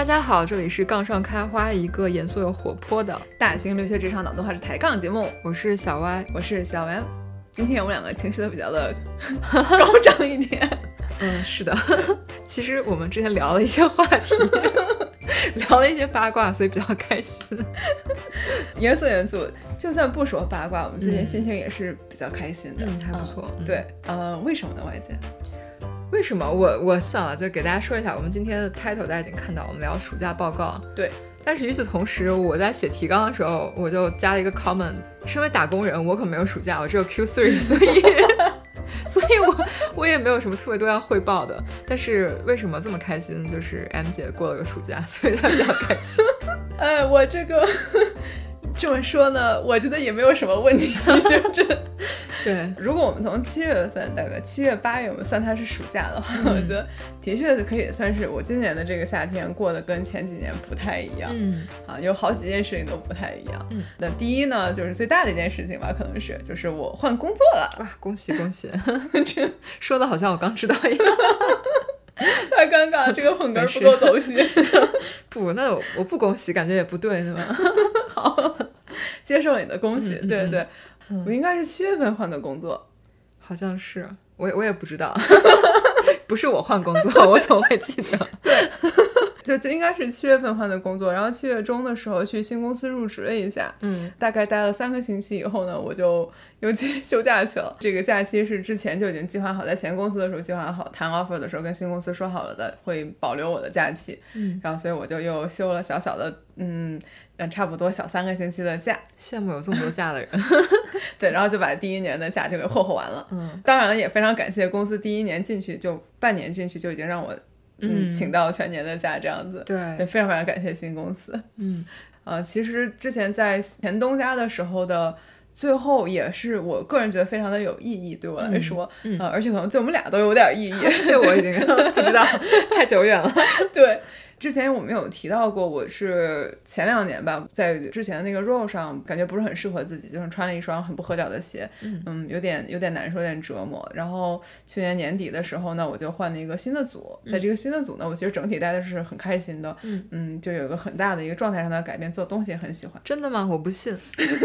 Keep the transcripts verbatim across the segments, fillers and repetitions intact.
家好，这里是杠上开花，一个严肃又活泼的大型留学职场脑洞话是抬杠节目。 我是小歪， 我是小歪。今天我们两个情绪都比较的高涨一点。 嗯，是的。其实我们之前聊了一些话题，聊了一些八卦，所以比较开心。 严肃严肃，就算不说八卦，我们最近心情也是比较开心的。 嗯，还不错。 嗯、对，呃，为什么呢，外界？ 为什么？我我想了，就给大家说一下，我们今天的 title 大家已经看到，我们聊暑假报告。 对。 但是与此同时，我在写提纲的时候，我就加了一个 comment， 身为打工人，我可没有暑假，我只有 Q 三， 所以所以我我也没有什么特别多要汇报的。但是为什么这么开心？就是 M 姐过了个暑假，所以她比较开心。 哎，我这个这么说呢，我觉得也没有什么问题，就是对， 如果我们从七月份大概七月八月我们算它是暑假的话、嗯、我觉得的确可以算是我今年的这个夏天过得跟前几年不太一样。 嗯啊，有好几件事情都不太一样。 嗯， 那第一呢，就是最大的一件事情吧，可能是就是我换工作了。 哇，恭喜恭喜！说的好像我刚知道一样。 太尴尬了，这个捧哏不够走心。 不，那我我不恭喜，感觉也不对，对吧？ 好，接受你的恭喜。 嗯、 对对对、 嗯， 我应该是七月份换的工作， 好像是，我我也不知道，不是我换工作，我怎么会记得？ 对。就就应该是七月份换的工作，然后七月中的时候去新公司入职了一下， 嗯， 大概待了三个星期以后呢，我就又去休假去了。这个假期是之前就已经计划好，在前公司的时候计划好，谈 offer 的时候跟新公司说好了的，会保留我的假期， 嗯， 然后所以我就又休了小小的，嗯，差不多小三个星期的假。 羡慕有这么多假的人。 对，然后就把第一年的假就给霍霍完了。 嗯， 当然了，也非常感谢公司第一年进去就半年进去就已经让我。嗯，请到全年的假这样子， 对， 也非常非常感谢新公司。 嗯， 呃，其实之前在前东家的时候的最后，也是我个人觉得非常的有意义，对我来说， 嗯嗯、 呃，而且可能对我们俩都有点意义。 对我已经不知道，太久远了。 对。之前我们有提到过，我是前两年吧，在之前的那个 role 上感觉不是很适合自己，就是穿了一双很不合脚的鞋， 嗯, 嗯，有点有点难受，有点折磨。然后去年年底的时候呢，我就换了一个新的组，在这个新的组呢，我其实整体待的是很开心的，嗯嗯，就有一个很大的一个状态上的改变，做东西也很喜欢。 真的吗？我不信。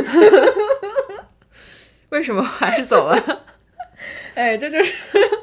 为什么还是走了？ 哎，这就是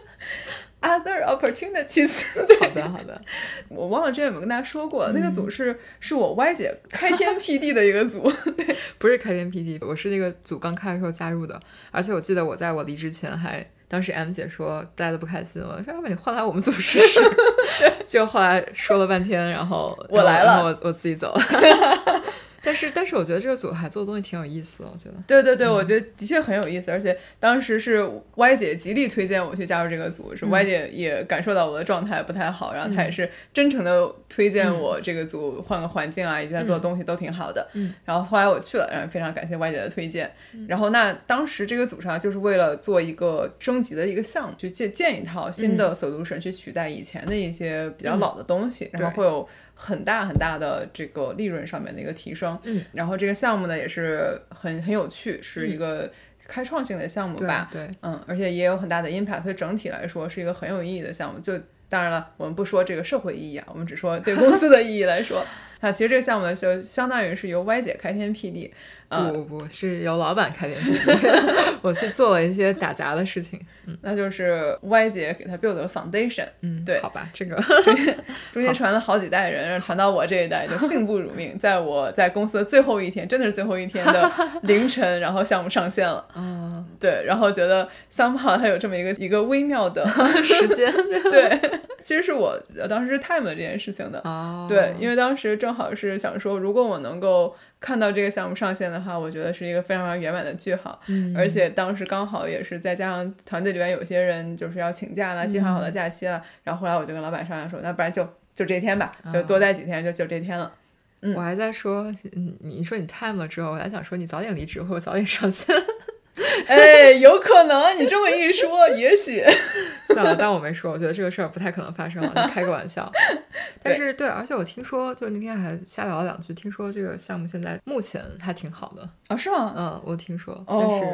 other opportunities 好的好的， 我忘了之前有没有跟大家说过、嗯、那个组是是我 Y 姐开天辟地的一个组。对， 不是开天辟地，我是那个组刚开的时候加入的，而且我记得我在我离职前还当时 M 姐说待的不开心，我说要不然你换来我们组试试。就后来说了半天，然后我来了， 然后我我自己走了。但是但是我觉得这个组还做的东西挺有意思的，我觉得。 对对对、嗯、我觉得的确很有意思，而且当时是 Y 姐极力推荐我去加入这个组，是 Y 姐也感受到我的状态不太好、嗯、然后她也是真诚的推荐我这个组换个环境啊、嗯、以及她做的东西都挺好的、嗯、然后后来我去了，然后非常感谢 Y 姐的推荐、嗯、然后那当时这个组上就是为了做一个升级的一个项目，去建建一套新的 solution、嗯、去取代以前的一些比较老的东西、嗯、然后会有很大很大的这个利润上面的一个提升，嗯，然后这个项目呢也是很很有趣，是一个开创性的项目吧， 对，对嗯，而且也有很大的 impact， 所以整体来说是一个很有意义的项目。就当然了，我们不说这个社会意义啊，我们只说对公司的意义来说。那其实这个项目呢，就相当于是由 Y 姐开天辟地， 不不不是由老板开天辟地，我去做了一些打杂的事情，嗯， 那就是 Y 姐给他 build 了 foundation， 嗯， 对， 好吧，这个中間传了好几代人，然后传到我这一代就幸不辱命，在我在公司的最后一天，真的是最后一天的凌晨，然后项目上线了， 啊， 对，然后觉得 somehow 它有这么一个一个微妙的时间， 对，其实是我当时是 time 了这件事情的， 哦， 对，因为当时正好是想说，如果我能够看到这个项目上线的话，我觉得是一个非常非常圆满的句号，嗯，而且当时刚好也是再加上团队里面有些人就是要请假了，计划好的假期了，嗯，然后后来我就跟老板商量说，那不然就就这天吧，就多待几天，就就这天了。 嗯，我还在说，你你说你 time 了之后，我还想说你早点离职或者早点上线。 哎，有可能你这么一说，也许算了，但我没说，我觉得这个事儿不太可能发生了，开个玩笑。但是 对, 对，而且我听说，就是那天还瞎聊了两句，听说这个项目现在目前还挺好的。 哦，是吗？ 嗯，我听说， 哦， 但是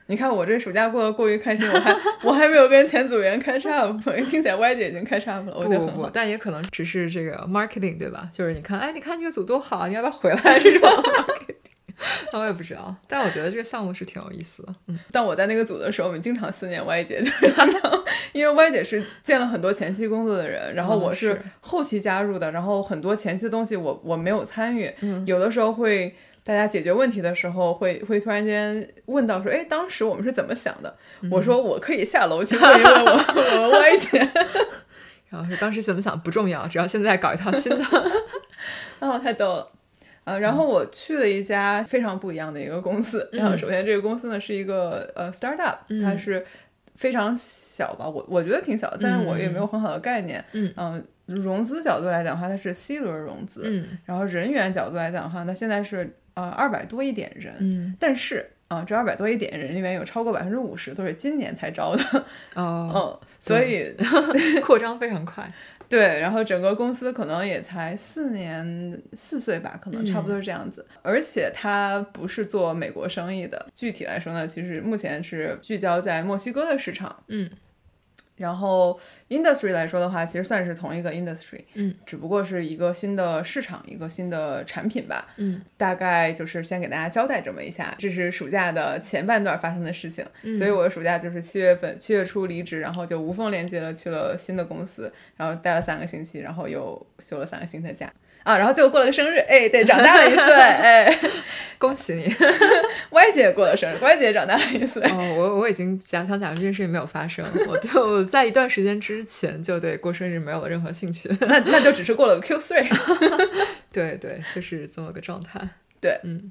你看我这暑假过得过于开心，我还我还没有跟前组员catch up， 听起来歪姐已经catch up 了，我觉得很好。 不不不，但也可能只是这个 marketing 对吧？就是你看，哎，你看这个组多好，你要不要回来这种 marketing。我也不知道，但我觉得这个项目是挺有意思的。嗯， 但我在那个组的时候，我们经常思念歪姐，就是经常，因为歪姐是见了很多前期工作的人，然后我是后期加入的，然后很多前期的东西我我没有参与， 嗯， 有的时候会大家解决问题的时候会会突然间问到说，哎，当时我们是怎么想的？嗯、我说我可以下楼去问一问我我们歪姐。 然后是当时怎么想不重要，只要现在搞一套新的。 哦，太逗了。呃，然后我去了一家非常不一样的一个公司，嗯、然后首先这个公司呢是一个呃 startup，、嗯、它是非常小吧，我我觉得挺小，但是我也没有很好的概念。嗯、呃，融资角度来讲的话，它是 C 轮融资，嗯，然后人员角度来讲的话，它现在是呃二百多一点人，嗯，但是啊、呃，这二百多一点人里面有超过百分之五十都是今年才招的， 哦， 嗯，所以扩张非常快。 对，然后整个公司可能也才四年四岁吧，可能差不多是这样子、嗯、而且它不是做美国生意的，具体来说呢，其实目前是聚焦在墨西哥的市场。嗯，然后 industry 来说的话，其实算是同一个 industry， 嗯，只不过是一个新的市场，一个新的产品吧。嗯，大概就是先给大家交代这么一下，这是暑假的前半段发生的事情。嗯、所以我的暑假就是七月份七月初离职，然后就无缝连接了去了新的公司，然后待了三个星期，然后又休了三个星期的假。啊，然后最后过了个生日，哎，对，长大了一岁，哎， 恭喜你！ 歪姐过了生日，歪姐长大了一岁。 哦，我我已经想想讲这件事情没有发生，我就在一段时间之前就对过生日没有了任何兴趣。 那那就只是过了个 Q 三。 对对，就是这么个状态。 对， 嗯。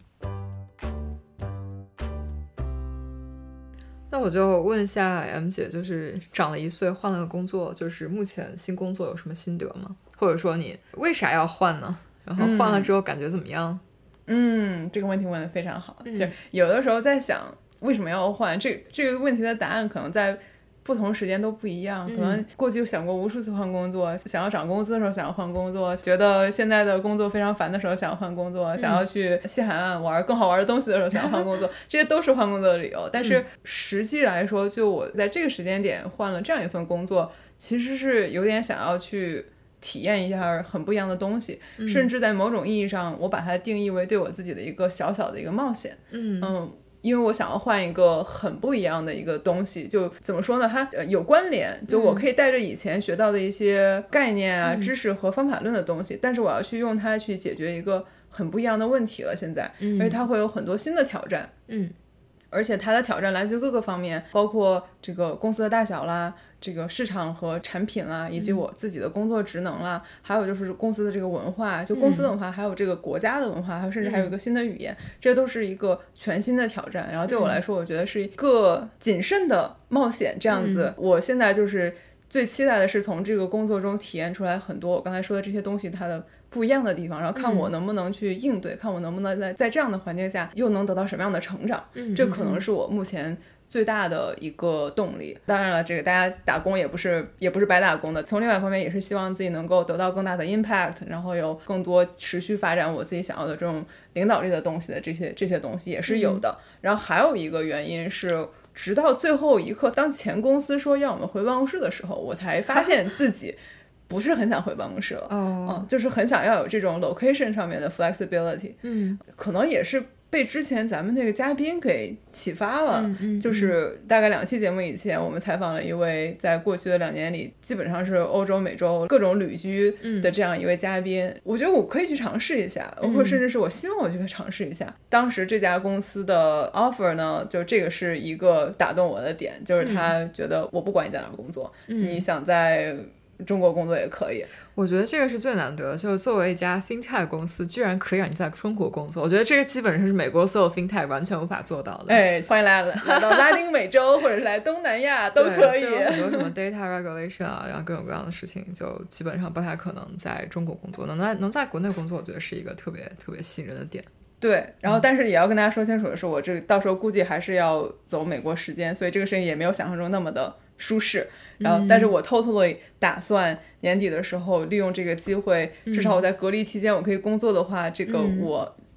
那我就问一下 M 姐，就是长了一岁换了个工作，就是目前新工作有什么心得吗？或者说你为啥要换呢？然后换了之后感觉怎么样？ 嗯，这个问题问得非常好。嗯、就有的时候在想为什么要换，这这个问题的答案可能在不同时间都不一样。可能过去想过无数次换工作，想要涨工资的时候想要换工作，觉得现在的工作非常烦的时候想要换工作，嗯、想要去西海岸玩更好玩的东西的时候想要换工作，这些都是换工作的理由。但是实际来说，就我在这个时间点换了这样一份工作，其实是有点想要去体验一下很不一样的东西、嗯、甚至在某种意义上我把它定义为对我自己的一个小小的一个冒险。嗯嗯，因为我想要换一个很不一样的一个东西，就怎么说呢，它、呃、有关联，就我可以带着以前学到的一些概念啊、嗯、知识和方法论的东西，但是我要去用它去解决一个很不一样的问题了现在、嗯、而且它会有很多新的挑战。嗯，而且它的挑战来自于各个方面，包括这个公司的大小啦，这个市场和产品啦，以及我自己的工作职能啦、嗯、还有就是公司的这个文化，就公司的文化、嗯、还有这个国家的文化，还有甚至还有一个新的语言、嗯、这些都是一个全新的挑战。然后对我来说、嗯、我觉得是一个谨慎的冒险这样子、嗯、我现在就是最期待的是从这个工作中体验出来很多我刚才说的这些东西它的不一样的地方，然后看我能不能去应对、嗯、看我能不能在在这样的环境下又能得到什么样的成长、嗯、这可能是我目前最大的一个动力。当然了，这个大家打工也不是也不是白打工的，从另外一方面也是希望自己能够得到更大的 impact， 然后有更多持续发展我自己想要的这种领导力的东西的这些这些东西也是有的、嗯、然后还有一个原因是直到最后一刻，当前公司说要我们回办公室的时候，我才发现自己不是很想回办公室了、oh. 嗯，就是很想要有这种 location 上面的 flexibility。嗯，可能也是被之前咱们那个嘉宾给启发了、嗯嗯、就是大概两期节目以前我们采访了一位在过去的两年里基本上是欧洲美洲各种旅居的这样一位嘉宾、嗯、我觉得我可以去尝试一下、嗯、或者甚至是我希望我去尝试一下。当时这家公司的 offer 呢，就这个是一个打动我的点，就是他觉得我不管你在哪儿工作、嗯、你想在中国工作也可以。 我觉得这个是最难得，就是作为一家 fintech 公司居然可以让你在中国工作，我觉得这个基本上是美国所有 fintech 完全无法做到的。 哎，欢迎来来到拉丁美洲或者是来东南亚都可以。 就有很多什么 data regulation 啊，然后各种各样的事情就基本上不太可能在中国工作，能在能在国内工作我觉得是一个特别特别吸引人的点。 对，然后但是也要跟大家说清楚的是，我这个到时候估计还是要走美国时间，所以这个事情也没有想象中那么的舒适。然后但是我 totally 打算年底的时候利用这个机会，至少我在隔离期间我可以工作的话，这个我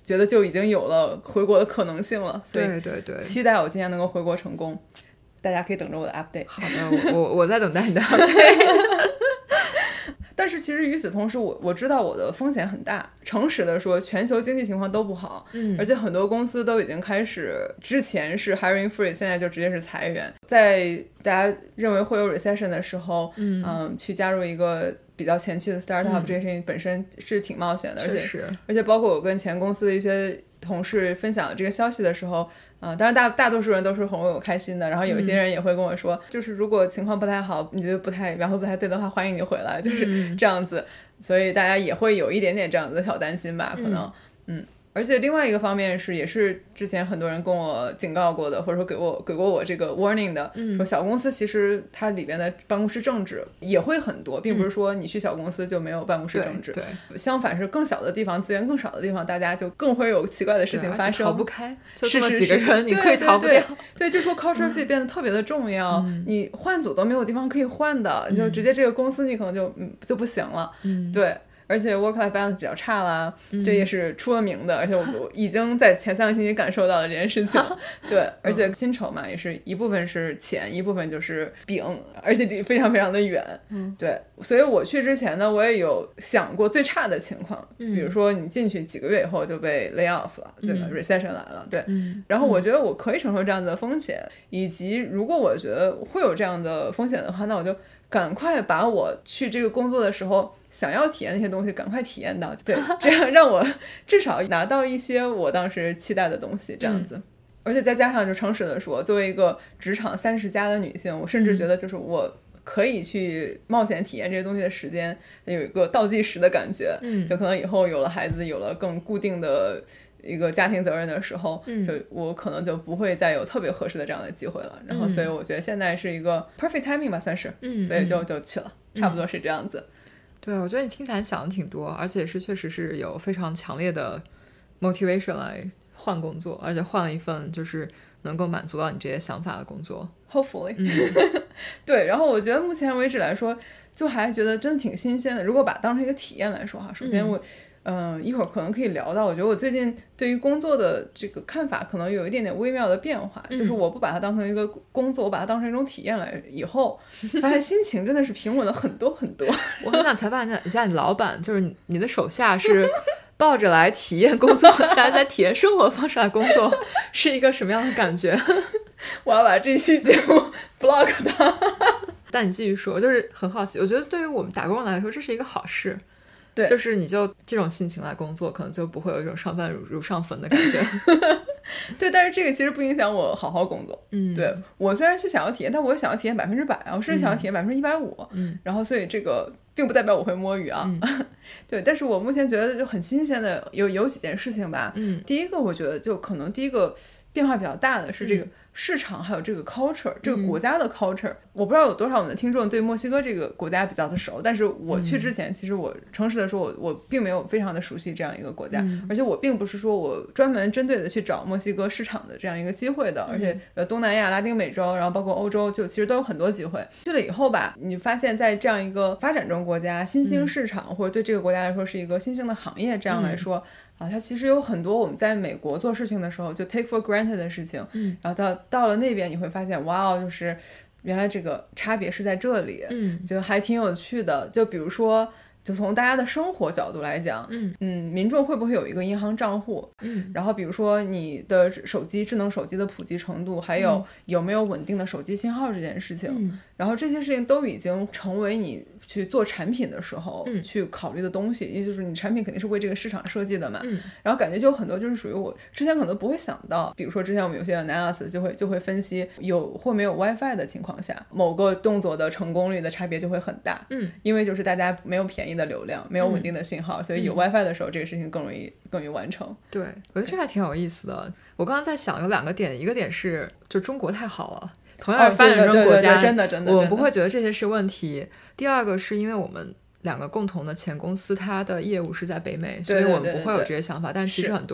觉得就已经有了回国的可能性了，所以对对对， 期待我今年能够回国成功，大家可以等着我的 update。 好的，我我在等待你的 update。 但是其实与此同时，我我知道我的风险很大。诚实的说，全球经济情况都不好， 嗯， 而且很多公司都已经开始，之前是 hiring freeze， 现在就直接是裁员。在大家认为会有 recession 的时候，嗯，嗯去加入一个比较前期的 startup，、嗯、这件事情本身是挺冒险的，而且而且包括我跟前公司的一些同事分享这个消息的时候。啊、呃，当然大大多数人都是很为我开心的，然后有一些人也会跟我说、嗯、就是如果情况不太好，你觉得不太苗头不太对的话，欢迎你回来，就是这样子、嗯、所以大家也会有一点点这样子的小担心吧，可能 嗯, 嗯而且另外一个方面是，也是之前很多人跟我警告过的，或者说给我给过我这个 warning 的、嗯、说小公司其实它里边的办公室政治也会很多，并不是说你去小公司就没有办公室政治、嗯、对, 对相反是更小的地方，资源更少的地方，大家就更会有奇怪的事情发生， 逃不开，就这么几个人，是是是你可以逃不掉。 对, 对, 对, 对就说 culture fit 变得特别的重要、嗯、你换组都没有地方可以换的、嗯、就直接这个公司你可能就嗯就不行了，嗯，对。而且 work-life balance 比较差啦、嗯，这也是出了名的，而且我已经在前三个星期感受到了这件事情。对，而且薪酬嘛，也是一部分是钱，一部分就是饼，而且非常非常的远。嗯，对，所以我去之前呢，我也有想过最差的情况，嗯、比如说你进去几个月以后就被 lay off 了，对吧、嗯、？recession 来了，对、嗯。然后我觉得我可以承受这样的风险，以及如果我觉得会有这样的风险的话，那我就赶快把我去这个工作的时候想要体验那些东西赶快体验到，对，这样让我至少拿到一些我当时期待的东西，这样子、嗯、而且再加上就诚实的说，作为一个职场三十加的女性，我甚至觉得就是我可以去冒险体验这些东西的时间有一个倒计时的感觉，嗯，就可能以后有了孩子，有了更固定的一个家庭责任的时候、嗯、就我可能就不会再有特别合适的这样的机会了，然后所以我觉得现在是一个 perfect timing 吧，算是，嗯，所以就就去了、嗯、差不多是这样子。 对，我觉得你听起来想的挺多，而且是确实是有非常强烈的 motivation 来换工作，而且换了一份就是能够满足到你这些想法的工作 hopefully、嗯、对，然后我觉得目前为止来说就还觉得真的挺新鲜的。如果把它当成一个体验来说哈，首先我嗯、呃，一会儿可能可以聊到，我觉得我最近对于工作的这个看法可能有一点点微妙的变化、嗯、就是我不把它当成一个工作，我把它当成一种体验来，以后发现心情真的是平稳了很多很多。 我很想采访一下你老板，就是你你的手下是抱着来体验工作大家来体验生活的方式来工作是一个什么样的感觉？ 我要把这期节目 block 它。 但你继续说，就是很好奇，我觉得对于我们打工人来说这是一个好事， 对， 就是你就这种心情来工作，可能就不会有一种上班如如上坟的感觉。 对，但是这个其实不影响我好好工作。嗯，对，我虽然是想要体验，但我想要体验百分之百啊，我甚至想要体验百分之一百五。嗯，然后所以这个并不代表我会摸鱼啊。嗯、对，但是我目前觉得就很新鲜的有有几件事情吧。嗯，第一个我觉得就可能第一个变化比较大的是这个市场还有这个 culture、嗯、这个国家的 culture、嗯、我不知道有多少我们的听众对墨西哥这个国家比较的熟，但是我去之前、嗯、其实我诚实的说我我并没有非常的熟悉这样一个国家、嗯、而且我并不是说我专门针对的去找墨西哥市场的这样一个机会的、嗯、而且呃东南亚拉丁美洲然后包括欧洲就其实都有很多机会。去了以后吧，你发现在这样一个发展中国家新兴市场、嗯、或者对这个国家来说是一个新兴的行业，这样来说、嗯啊，它其实有很多我们在美国做事情的时候就 take for granted 的事情，嗯，然后到到了那边你会发现，哇哦，就是原来这个差别是在这里，嗯，就还挺有趣的。就比如说，就从大家的生活角度来讲，嗯嗯，民众会不会有一个银行账户，嗯，然后比如说你的手机智能手机的普及程度，还有有没有稳定的手机信号这件事情，嗯，然后这些事情都已经成为你去做产品的时候、嗯、去考虑的东西，也就是你产品肯定是为这个市场设计的嘛、嗯、然后感觉就有很多就是属于我之前可能不会想到，比如说之前我们有些 analysis 就会就会分析有或没有 WiFi 的情况下某个动作的成功率的差别就会很大，嗯，因为就是大家没有便宜的流量，没有稳定的信号、嗯、所以有 WiFi 的时候、嗯、这个事情更容易更容易完成。 对，我觉得这还挺有意思的。我刚刚在想有两个点，一个点是就中国太好了，同样是发展中国家、 哦、真的真的我们不会觉得这些是问题。第二个是因为我们两个共同的前公司它的业务是在北美，所以我们不会有这些想法，但其实很多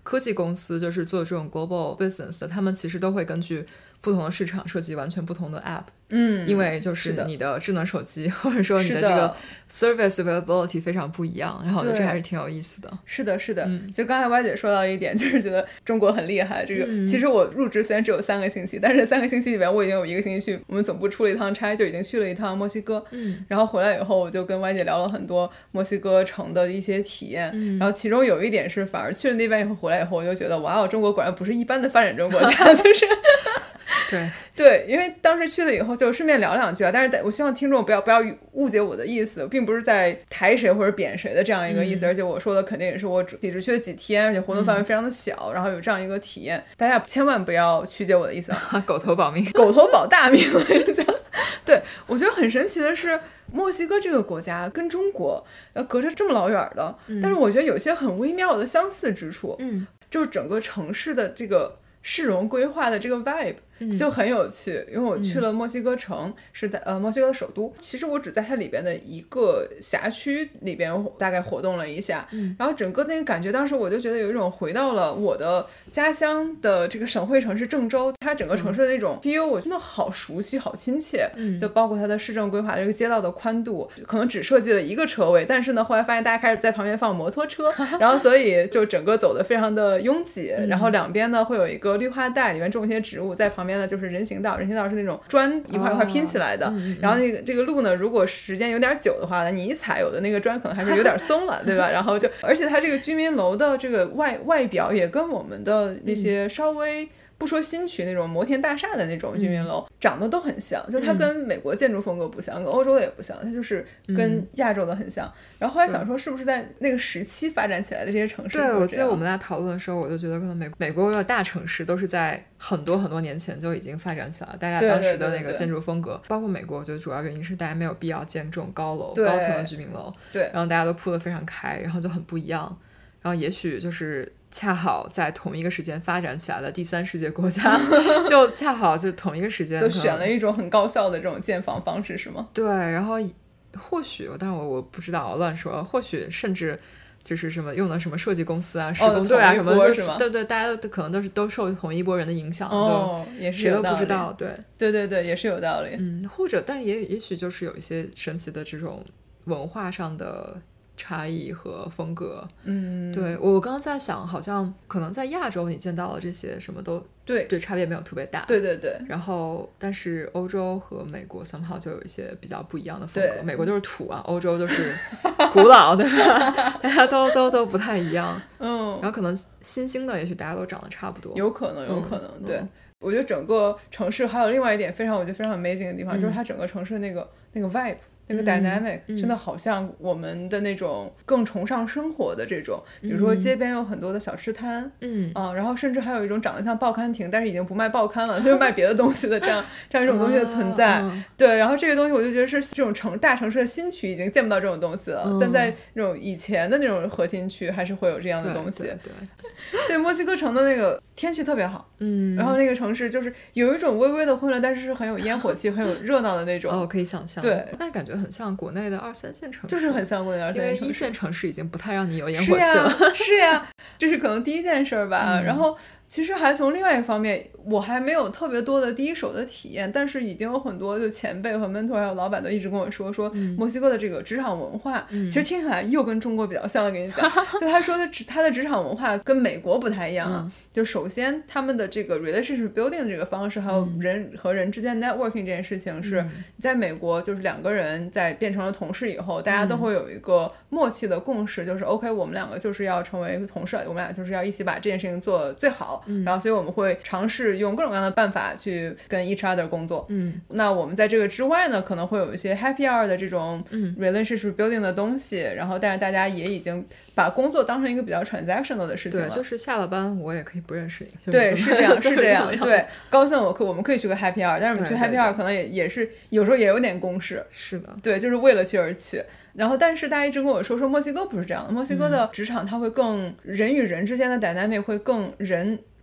科技公司就是做这种 global business 的，他们其实都会根据不同的市场设计完全不同的 app。 嗯， 因为就是你的智能手机或者说你的这个 service availability 非常不一样，然后我觉得这还是挺有意思的。 是的是的、 嗯、 就刚才歪姐说到一点，就是觉得中国很厉害。这个、嗯、其实我入职虽然只有三个星期，但是三个星期里面我已经有一个星期去我们总部出了一趟差，就已经去了一趟墨西哥。 嗯， 然后回来以后我就跟歪姐聊了很多墨西哥城的一些体验、嗯、然后其中有一点是反而去了那边以后回来以后我就觉得哇哦，中国果然不是一般的发展中国家就是对对，因为当时去了以后就顺便聊两句啊，但是我希望听众不要不要误解我的意思，并不是在抬谁或者贬谁的这样一个意思、嗯、而且我说的肯定也是我只只去了几天，而且活动范围非常的小、嗯、然后有这样一个体验，大家千万不要曲解我的意思啊狗头保命狗头保大命对，我觉得很神奇的是墨西哥这个国家跟中国隔着这么老远的、嗯、但是我觉得有些很微妙的相似之处， 嗯， 就是整个城市的这个市容规划的这个 vibe就很有趣、嗯、因为我去了墨西哥城、嗯、是在呃墨西哥的首都，其实我只在它里边的一个辖区里边大概活动了一下、嗯、然后整个那个感觉当时我就觉得有一种回到了我的家乡的这个省会城市郑州，它整个城市的那种 feel 我真的好熟悉好亲切、嗯、就包括它的市政规划这个街道的宽度，可能只设计了一个车位，但是呢后来发现大家开始在旁边放摩托车然后所以就整个走得非常的拥挤、嗯、然后两边呢会有一个绿化带，里面种一些植物，在旁边呢就是人行道，人行道是那种砖一块一块拼起来的、哦嗯、然后那个这个路呢如果时间有点久的话你一踩有的那个砖可能还是有点松了对吧，然后就而且它这个居民楼的这个外外表也跟我们的那些稍微不说新区那种摩天大厦的那种居民楼、嗯、长得都很像，就它跟美国建筑风格不像、嗯、跟欧洲的也不像，它就是跟亚洲的很像、嗯、然后后来想说是不是在那个时期发展起来的这些城市， 对，我记得我们在讨论的时候我就觉得可能美美国的大城市都是在很多很多年前就已经发展起来了，大家当时的那个建筑风格，对对对对，包括美国我觉得主要原因是大家没有必要建这种高楼高层的居民楼， 对， 然后大家都铺得非常开，然后就很不一样，然后也许就是恰好在同一个时间发展起来的第三世界国家就恰好就同一个时间都选了一种很高效的这种建房方式是吗？ 对，然后或许当然我我不知道乱说，或许甚至就是什么用的什么设计公司啊施工队啊、哦、什么就是对对，大家都可能都是都受同一波人的影响， 哦，也是谁都不知道，对对对对，也是有道理。 嗯，或者但也也许就是有一些神奇的这种文化上的差异和风格。 嗯， 对，我刚刚在想好像可能在亚洲你见到了这些什么都对对差别没有特别大， 对对对， 然后但是欧洲和美国 somehow 就有一些比较不一样的风格，美国就是土啊，欧洲就是古老对吧大家都都都不太一样。 嗯， 然后可能新兴的也许大家都长得差不多， 有可能有可能、嗯、对、嗯、 我觉得整个城市还有另外一点非常我觉得非常 amazing 的地方、嗯、就是它整个城市那个那个 vibe那个 dynamic、嗯、真的好像我们的那种更崇尚生活的这种、嗯、比如说街边有很多的小吃摊， 嗯啊，然后甚至还有一种长得像报刊亭但是已经不卖报刊了就卖别的东西的这样这样一种东西的存在、哦、对，然后这个东西我就觉得是这种城大城市的新区已经见不到这种东西了、嗯、但在那种以前的那种核心区还是会有这样的东西。 对对 对, 对墨西哥城的那个天气特别好， 嗯， 然后那个城市就是有一种微微的混乱但是是很有烟火气很有热闹的那种哦，可以想象， 对， 那感觉很像国内的二三线城市， 就是很像国内的二三线城市， 因为一线城市已经不太让你有烟火气了， 是呀是呀，这是可能第一件事吧、嗯、然后其实还从另外一方面我还没有特别多的第一手的体验，但是已经有很多就前辈和 mentor 还有老板都一直跟我说说、嗯、墨西哥的这个职场文化、嗯、其实听起来又跟中国比较像了，跟你讲就他说的他的职场文化跟美国不太一样啊、嗯、就首先他们的这个 relationship building 的这个方式还有人和人之间 networking 这件事情是、嗯、在美国就是两个人在变成了同事以后大家都会有一个默契的共识、嗯、就是 OK 我们两个就是要成为同事，我们俩就是要一起把这件事情做最好、嗯、然后所以我们会尝试用各种各样的办法去跟 each other 工作。 嗯， 那我们在这个之外呢可能会有一些 happy hour 的这种 relationship building 的东西、嗯、然后但是大家也已经把工作当成一个比较 transactional 的事情了， 对，就是下了班我也可以不认识你， 对，是这样是这样对，高兴我可我们可以去个 happy hour， 但是我们去 happy hour 可能也也是有时候也有点公式， 是的， 对，就是为了去而去。然后但是大家一直跟我说说墨西哥不是这样的，墨西哥的职场它会更、嗯、人与人之间的 dynamic 会更人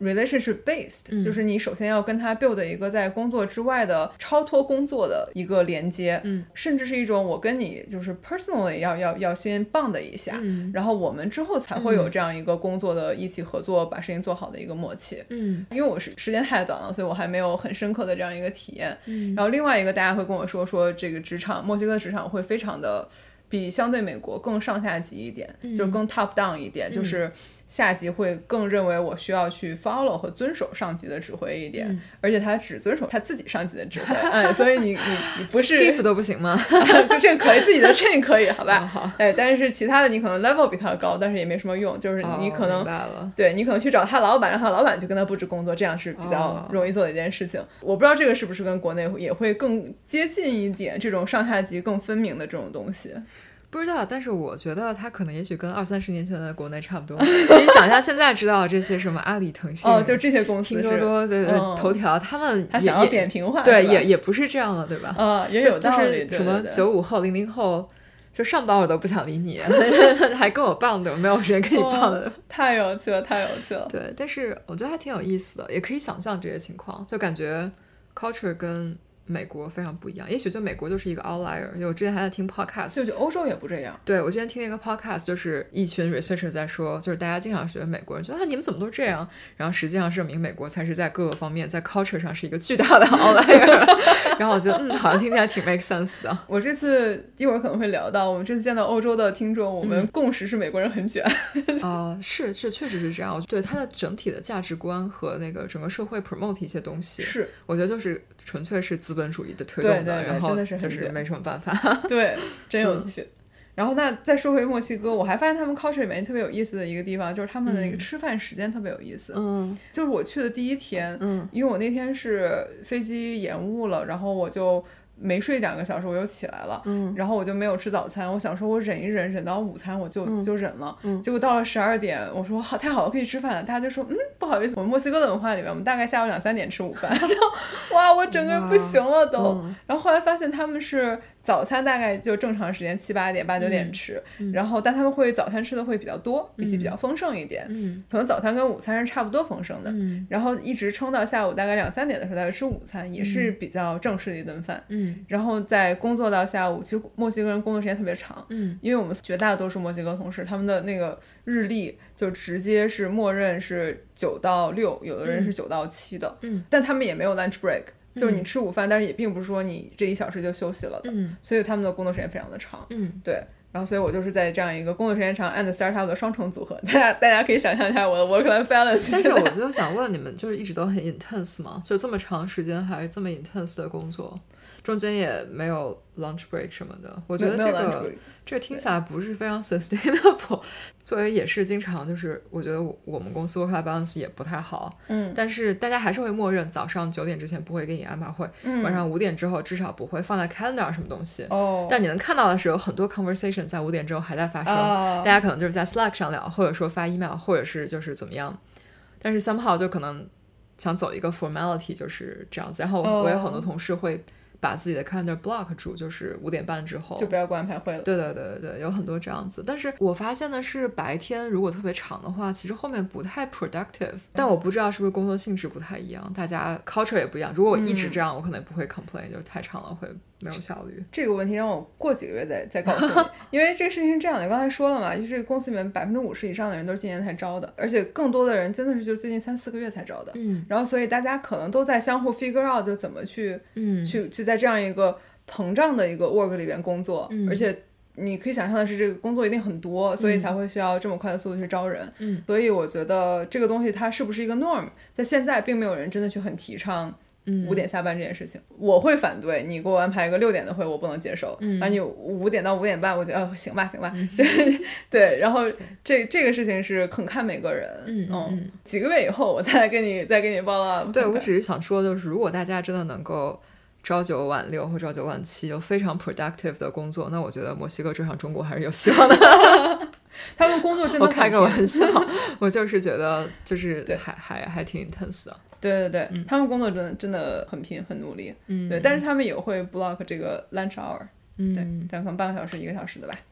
relationship based、 嗯、 就是你首先要跟他 build 一个在工作之外的超脱工作的一个连接， 嗯， 甚至是一种我跟你就是 personally 要要要先 bond 一下、 嗯、 然后我们之后才会有这样一个工作的一起合作、嗯、把事情做好的一个默契。 嗯， 因为我是时间太短了，所以我还没有很深刻的这样一个体验。 嗯， 然后另外一个大家会跟我说说这个职场，墨西哥的职场会非常的比相对美国更上下级一点、嗯、就是更 top down 一点、嗯、就是下级会更认为我需要去 follow 和遵守上级的指挥一点、嗯、而且他只遵守他自己上级的指挥哎，所以你你你不是 skip 都不行吗？ 这个可以，自己的 chain 可以好吧、 哦、好哎，但是其他的你可能 level 比他高，但是也没什么用，就是你可能、 哦、明白了， 对，你可能去找他老板，让他老板去跟他布置工作，这样是比较容易做的一件事情、哦、我不知道这个是不是跟国内也会更接近一点，这种上下级更分明的这种东西不知道，但是我觉得它可能也许跟二三十年前的国内差不多。你想一下，现在知道这些什么阿里、腾讯哦，就这些公司， 拼多多、对对、嗯、头条，他们他想要扁平化， 对，也也不是这样的，对吧？ 啊、嗯，也有道理。 就是什么九五后、零零后，就上班我都不想理你，还跟我棒的，没有时间跟你棒的、哦， 太有趣了，太有趣了。 对，但是我觉得还挺有意思的，也可以想象这些情况，就感觉 culture 跟美国非常不一样，也许就美国就是一个 outlier， 因为我之前还在听 podcast， 就就欧洲也不这样。 对，我之前听了一个 podcast， 就是一群 researcher 在说，就是大家经常觉得美国人觉得啊你们怎么都这样，然后实际上证明美国才是在各个方面在 culture 上是一个巨大的 outlier 然后我觉得嗯好像听起来挺 make sense 的。 我这次一会儿可能会聊到，我们这次见到欧洲的听众，我们共识是美国人很卷。 哦、呃，是是确实是这样，对他的整体的价值观和那个整个社会 promote 一些东西， 是我觉得就是纯粹是资本主义的推动的， 对对对， 然后真的是就是没什么办法。 对，真有趣。嗯、然后那再说回墨西哥，我还发现他们 culture 里面特别有意思的一个地方，就是他们的那个吃饭时间特别有意思。 嗯， 就是我去的第一天， 嗯， 因为我那天是飞机延误了，然后我就没睡两个小时我又起来了， 嗯， 然后我就没有吃早餐，我想说我忍一忍，忍到午餐我就、 嗯、 就忍了， 嗯， 结果到了十二点，我说好太好了可以吃饭了，大家就说嗯不好意思，我们墨西哥的文化里面我们大概下午两三点吃午饭然后哇我整个人不行了都、 嗯、 然后后来发现他们是早餐大概就正常时间七八点八九点吃、 嗯、 然后但他们会早餐吃的会比较多，比起比较丰盛一点， 嗯， 可能早餐跟午餐是差不多丰盛的， 嗯， 然后一直撑到下午大概两三点的时候才会吃午餐，也是比较正式的一顿饭， 嗯， 然后在工作到下午，其实墨西哥人工作时间特别长， 嗯， 因为我们绝大多数墨西哥同事他们的那个日历就直接是默认是九到六，有的人是九到七的， 嗯， 但他们也没有 lunch break，就是你吃午饭、嗯、但是也并不是说你这一小时就休息了的， 嗯， 所以他们的工作时间非常的长， 嗯， 对，然后所以我就是在这样一个工作时间长 and startup 的双重组合，大家大家可以想象一下我的 work life balance。 但是我就想问你们，就是一直都很 intense 吗？就这么长时间还这么 intense 的工作，中间也没有 lunch break 什么的，我觉得这个这个听起来不是非常 sustainable。作为也是经常就是我觉得我们公司 work life balance 也不太好， 嗯， 但是大家还是会默认早上九点之前不会给你安排会， 嗯， 晚上五点之后至少不会放在 calendar 什么东西， 哦， 但你能看到的是有很多 conversation 在五点之后还在发生， 哦， 大家可能就是在 Slack 上聊，或者说发 email， 或者是就是怎么样，但是 somehow 就可能想走一个 formality 就是这样子，然后我有很多同事会把自己的 calendar block 住，就是五点半之后就不要给我安排会了。 对对对对，有很多这样子。但是我发现的是白天如果特别长的话，其实后面不太 productive， 但我不知道是不是工作性质不太一样，大家 culture 也不一样。如果我一直这样，嗯，我可能也不会 complain， 就是太长了会没有效率。 这个问题让我过几个月再再告诉你因为这个事情是这样的，刚才说了嘛，就是公司里面百分之五十以上的人都是今年才招的，而且更多的人真的是就最近三四个月才招的， 嗯， 然后所以大家可能都在相互 figure out 就怎么去嗯去去在这样一个膨胀的一个 work 里边工作， 嗯， 而且你可以想象的是这个工作一定很多，所以才会需要这么快的速度去招人， 嗯， 所以我觉得这个东西它是不是一个 norm， 在现在并没有人真的去很提倡五点下班这件事情，嗯，我会反对你给我安排一个六点的会，我不能接受， 嗯， 然后你五点到五点半我觉得哦行吧行吧，嗯，就对，然后这这个事情是很看每个人， 嗯嗯嗯，几个月以后我再来跟你再跟你报了。 对，我只是想说就是如果大家真的能够朝九晚六或朝九晚七有非常 productive 的工作，那我觉得墨西哥追上中国还是有希望的他们工作真的我开个玩笑我就是觉得就是还还还挺 intense 的。 对对对， 嗯， 他们工作真的真的很拼很努力， 嗯， 对，但是他们也会 block 这个 lunch hour， 嗯， 对，但可能半个小时一个小时的吧。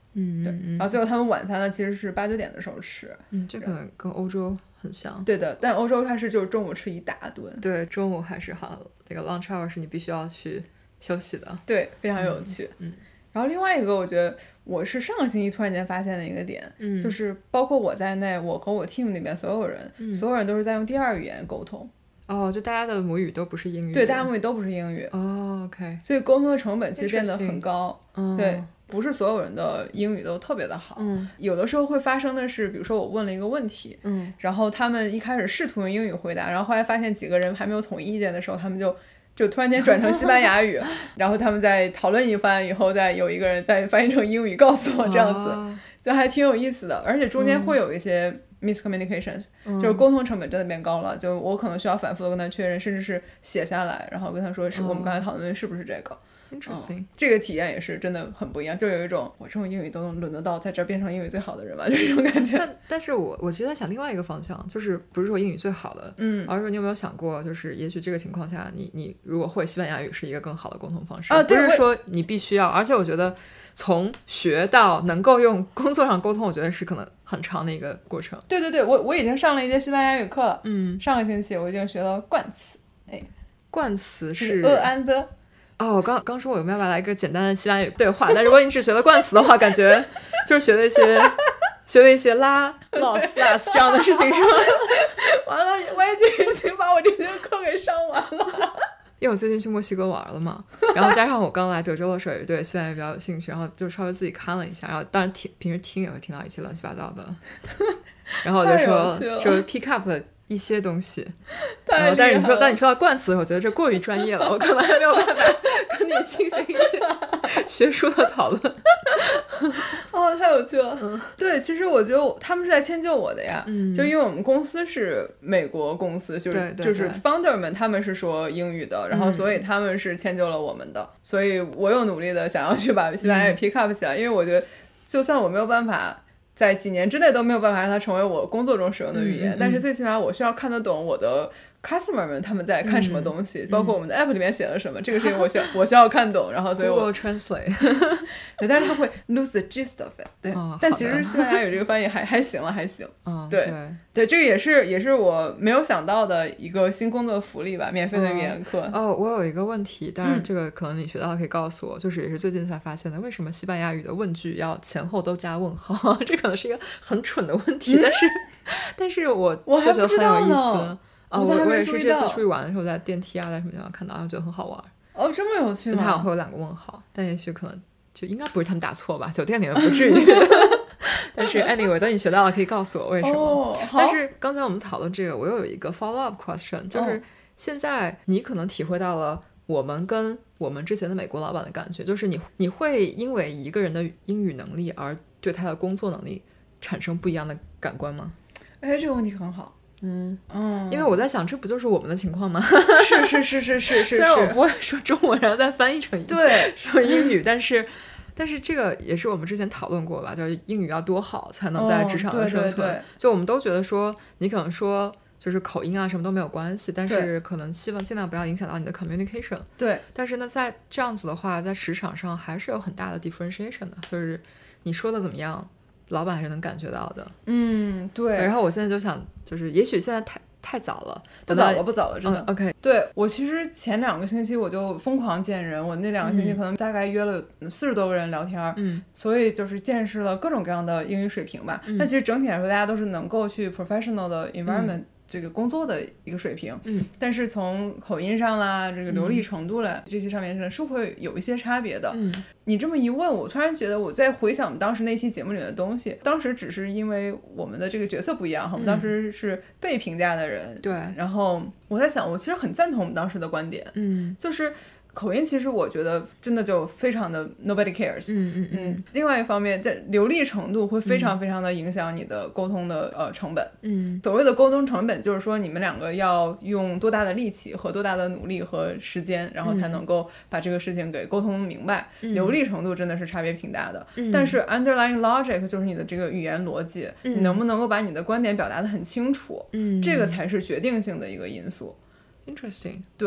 嗯对， 嗯然后最后他们晚餐呢其实是八九点的时候吃。 嗯，这可能跟欧洲很像。 对的，但欧洲它是就是中午吃一大顿。 对，中午还是好，这个 lunch hour 是你必须要去休息的。 对，非常有趣。 嗯。嗯然后另外一个，我觉得我是上个星期突然间发现的一个点， 嗯， 就是包括我在内，我和我 team 里边所有人， 嗯、 所有人都是在用第二语言沟通。 哦，就大家的母语都不是英语。 对，大家母语都不是英语。 哦 ，OK。 所以沟通的成本其实变得很高。 嗯、 对，不是所有人的英语都特别的好。 嗯。 有的时候会发生的是，比如说我问了一个问题， 嗯， 然后他们一开始试图用英语回答，然后后来发现几个人还没有统一意见的时候，他们就。就突然间转成西班牙语然后他们再讨论一番以后再有一个人再翻译成英语告诉我，这样子、哦、就还挺有意思的，而且中间会有一些 miscommunications、嗯、就是沟通成本真的变高了，就我可能需要反复的跟他确认，甚至是写下来然后跟他说是我们刚才讨论的是不是这个、 Interesting、 嗯、这个体验也是真的很不一样，就有一种我这种英语都能轮得到在这儿变成英语最好的人嘛，这种感觉。 但但是我我其实在想另外一个方向，就是不是说英语最好的， 嗯， 而是说你有没有想过，就是也许这个情况下你你如果会西班牙语是一个更好的沟通方式、 啊、 不是说你必须要，而且我觉得从学到能够用工作上沟通，我觉得是可能很长的一个过程。 对对对，我我已经上了一节西班牙语课了， 嗯， 上个星期我已经学了冠词。哎， 冠词是呃安的。 哦，我刚刚说我们要不要来一个简单的西班牙语对话，但如果你只学了冠词的话，感觉就是学了一些学了一些拉 loss less 这样的事情是吗？ 完了，歪姐已经把我这节课给上完了。 因为我最近去墨西哥玩了嘛，然后加上我刚来德州的时候也对西班牙语比较有兴趣，然后就稍微自己看了一下，然后当然听平时听也会听到一些乱七八糟的，然后我就说说 pick up 了一些东西，然后但是你说当你说到冠词的时候，我觉得这过于专业了，我可能还没有办法跟你进行一些学术的讨论。 哦，太有趣了、嗯、对，其实我觉得他们是在迁就我的呀、嗯、就因为我们公司是美国公司，就是对对对就是 founder 们他们是说英语的，然后所以他们是迁就了我们的、嗯、所以我有努力的想要去把西班牙语 pick up 起来、嗯、因为我觉得就算我没有办法在几年之内都没有办法让它成为我工作中使用的语言、嗯嗯、但是最起码我需要看得懂我的 customer 们他们在看什么东西、嗯、包括我们的 app 里面写了什么、嗯、这个事情我需要我需要看懂，然后所以我 Google Translate 对，但是他会 lose the gist of it 对、哦、但其实西班牙语这个翻译还还行了还行、 哦、 对对, 对这个也是也是我没有想到的一个新工作福利吧，免费的语言课。 哦, 哦我有一个问题，当然这个可能你学到可以告诉我、嗯、就是也是最近才发现的，为什么西班牙语的问句要前后都加问号这可能是一个很蠢的问题、嗯、但是但是我就觉得很有意思啊、哦，我我也是这次出去玩的时候在电梯啊在什么地方看到，然后觉得很好玩。 哦，这么有趣吗？ 就它会有两个问号，但也许可能就应该不是他们打错吧，酒店里面不至于但是 anyway 等你学到了可以告诉我为什么、哦、但是刚才我们讨论这个我又有一个 follow up question， 就是现在你可能体会到了我们跟我们之前的美国老板的感觉，就是你你会因为一个人的英语能力而对他的工作能力产生不一样的感官吗？ 哎，这个问题很好。嗯嗯， 因为我在想这不就是我们的情况吗？ 是是是是是是， 虽然我不会说中文然后再翻译成对说英语但是但是这个也是我们之前讨论过吧，就是英语要多好才能在职场上生存、哦、对对对，就我们都觉得说你可能说就是口音啊什么都没有关系，但是可能希望尽量不要影响到你的 communication。 对， 但是呢在这样子的话在职场上还是有很大的 differentiation 的，就是你说的怎么样老板还是能感觉到的。 嗯，对。 然后我现在就想就是也许现在太太早了， 不早了不早了真的、 嗯、OK。 对，我其实前两个星期我就疯狂见人，我那两个星期可能大概约了四十多个人聊天，嗯，所以就是见识了各种各样的英语水平吧。那、嗯、其实整体来说大家都是能够去 professional 的 environment、嗯这个工作的一个水平，嗯，但是从口音上啦，这个流利程度啦、嗯、这些上面是会有一些差别的。嗯，你这么一问，我突然觉得我在回想我们当时那期节目里的东西，当时只是因为我们的这个角色不一样，我们当时是被评价的人， 对、 嗯。然后我在想，我其实很赞同我们当时的观点，嗯，就是口音其实我觉得真的就非常的 nobody cares， 嗯嗯嗯。另外一方面，在流利程度会非常非常的影响你的沟通的、嗯、呃成本，嗯。所谓的沟通成本就是说你们两个要用多大的力气和多大的努力和时间，然后才能够把这个事情给沟通明白。嗯、流利程度真的是差别挺大的，嗯。但是 underlying logic 就是你的这个语言逻辑，嗯、你能不能够把你的观点表达得很清楚，嗯，这个才是决定性的一个因素。 Interesting， 对。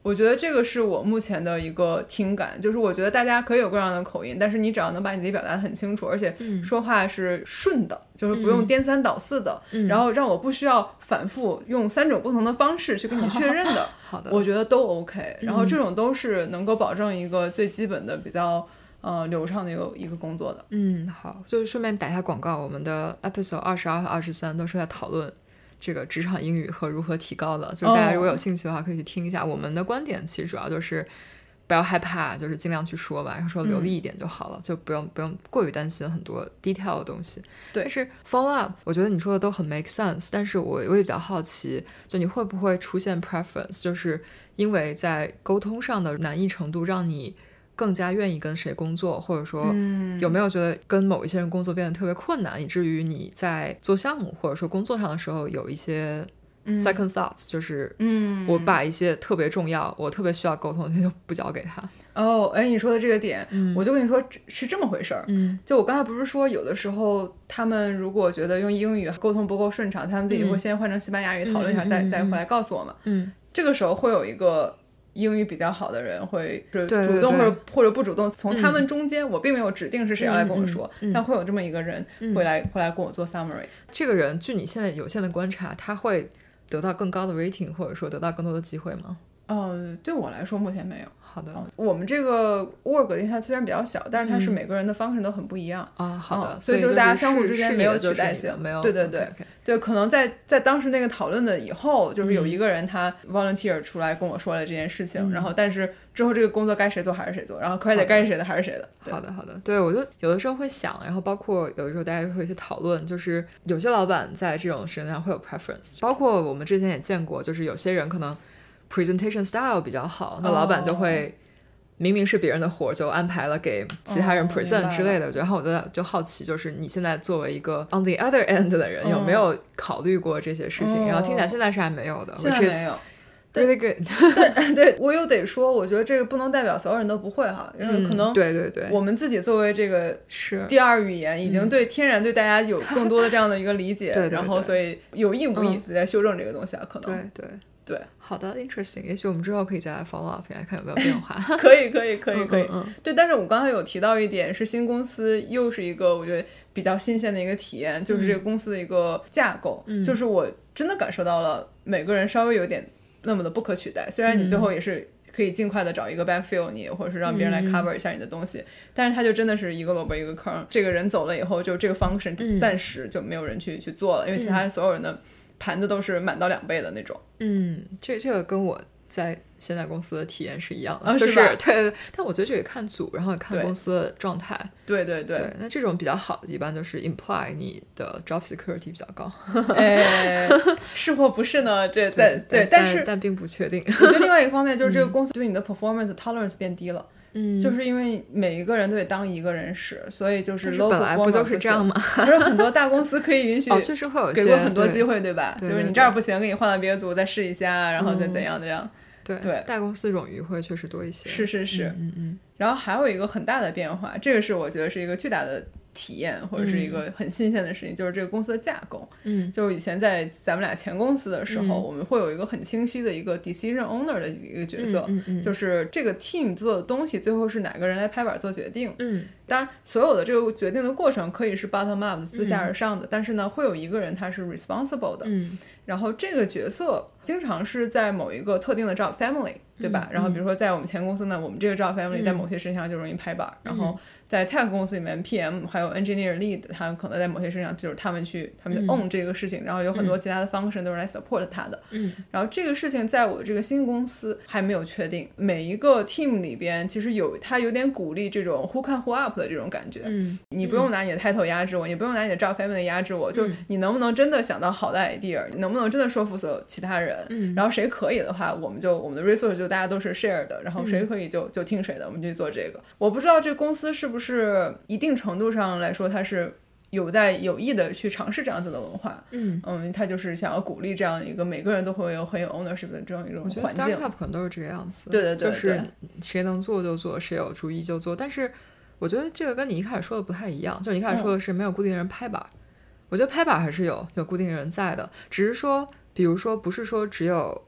我觉得这个是我目前的一个听感，就是我觉得大家可以有各样的口音，但是你只要能把你自己表达得很清楚，而且说话是顺的、嗯、就是不用颠三倒四的、嗯、然后让我不需要反复用三种不同的方式去跟你确认的好的， 我觉得都 OK， 然后这种都是能够保证一个最基本的比较呃流畅的一个一个工作的。 嗯，好，就顺便打一下广告，我们的 episode 二十二和二十三都是在讨论这个职场英语和如何提高的，就是大家如果有兴趣的话可以去听一下、oh. 我们的观点其实主要就是不要害怕，就是尽量去说吧，然后说流利一点就好了、嗯、就不用不用过于担心很多 detail 的东西。 对， 但是 follow up 我觉得你说的都很 make sense， 但是我我也比较好奇，就你会不会出现 preference， 就是因为在沟通上的难易程度让你更加愿意跟谁工作，或者说有没有觉得跟某一些人工作变得特别困难、嗯、以至于你在做项目或者说工作上的时候有一些 second thoughts、嗯、就是我把一些特别重要、嗯、我特别需要沟通的就不交给他。 哦，哎，你说的这个点、嗯、我就跟你说是这么回事儿、嗯、就我刚才不是说有的时候他们如果觉得用英语沟通不够顺畅，他们自己会先换成西班牙语讨论一下、嗯、再再回来告诉我嘛。嗯，这个时候会有一个英语比较好的人会主动或者或者不主动从他们中间、嗯、我并没有指定是谁要来跟我说、嗯嗯、但会有这么一个人会来、嗯、会来跟我做 summary。 这个人据你现在有限的观察，他会得到更高的 rating 或者说得到更多的机会吗？ 呃，对我来说目前没有。 好的、嗯、 我们这个 work 它虽然比较小，但是它是每个人的 function 都很不一样啊、嗯哦。好的、 嗯，所以就是大家相互之间没有取代性， 没有。 对对对 okay, okay. 对，可能在在当时那个讨论的以后，就是有一个人他 volunteer 出来跟我说了这件事情、嗯、然后但是之后这个工作该谁做还是谁做，然后 credit 该是谁的还是谁的。 好的好的，对，我就有的时候会想，然后包括有的时候大家会去讨论，就是有些老板在这种事情上会有 preference， 包括我们之前也见过，就是有些人可能presentation style 比较好，那老板就会明明是别人的活就安排了给其他人 present 之类的、哦、然后我就就好奇，就是你现在作为一个 on the other end 的人、哦、有没有考虑过这些事情、哦、然后听起来现在是还没有的， 现在没有 really good 对, 对我又得说我觉得这个不能代表所有人都不会哈，因为可能对对对， 我们自己作为这个是第二语言已经对天然对大家有更多的这样的一个理解对对对，然后所以有意无意在修正这个东西啊、嗯、可能对对对， 好的 interesting， 也许我们之后可以再来 follow up 来看有没有变化可以可以可以可以、 嗯嗯嗯、 对，但是我刚才有提到一点是新公司又是一个我觉得比较新鲜的一个体验，就是这个公司的一个架构、嗯、就是我真的感受到了每个人稍微有点那么的不可取代，虽然你最后也是可以尽快的找一个 backfill 你或者是让别人来 cover 一下你的东西、嗯、但是它就真的是一个萝卜一个坑，这个人走了以后就这个 function 暂时就没有人去、嗯、去做了，因为其他所有人的盘子都是满到两倍的那种。 嗯，这这个跟我在现在公司的体验是一样的、 哦、 就是吧对对，但我觉得这个看组然后也看公司的状态。 对对 对, 对，那这种比较好的一般就是 imply 你的 job security 比较高哎，是或不是呢这在 对, 对但是但并不确定。 我觉得另外一个方面就是这个公司对你的 performance tolerance 变低了，嗯，就是因为每一个人都得当一个人使，所以就是 low performance 本来不就是这样吗？ 不是很多大公司可以允许哦，确实会有一些给过很多机会 对, 对吧？ 对对对， 就是你这儿不行给你换到别的组再试一下，然后再怎样的这样、嗯、 对对， 大公司冗余会确实多一些， 是是是， 嗯嗯嗯。 然后还有一个很大的变化，这个是我觉得是一个巨大的体验或者是一个很新鲜的事情、嗯、就是这个公司的架构。嗯，就是以前在咱们俩前公司的时候、嗯、我们会有一个很清晰的一个 decision owner 的一个角色、嗯嗯嗯、就是这个 team 做的东西最后是哪个人来拍板做决定。嗯，当然所有的这个决定的过程可以是 bottom up 自下而上的、嗯、但是呢会有一个人他是 responsible 的。嗯，然后这个角色经常是在某一个特定的 job family，对吧、嗯、然后比如说在我们前公司呢、嗯、我们这个 job family 在某些事情上就容易拍板、嗯、然后在 tech 公司里面 P M 还有 engineer lead 他们可能在某些事情上就是他们去他们去 own 这个事情、嗯、然后有很多其他的 function 都是来 support 他的。嗯，然后这个事情在我这个新公司还没有确定，每一个 team 里边其实有他有点鼓励这种 who can who up 的这种感觉。嗯，你不用拿你的 title 压制我、嗯、你不用拿你的 job family 压制我、嗯、就你能不能真的想到好的 idea， 你能不能真的说服所有其他人、嗯、然后谁可以的话我们就我们的 resource 就大家都是 share 的，然后谁可以就就听谁的，我们就去做这个。我不知道这个公司是不是一定程度上来说它是有在有意的去尝试这样子的文化。嗯嗯，他就是想要鼓励这样一个每个人都会有很有 ownership 的这样一种环境。 我觉得 startup 可能都是这个样子。 对对对， 就是谁能做就做，谁有主意就做。但是我觉得这个跟你一开始说的不太一样，就是你一开始说的是没有固定的人拍板、嗯、我觉得拍板还是有有固定的人在的，只是说比如说不是说只有B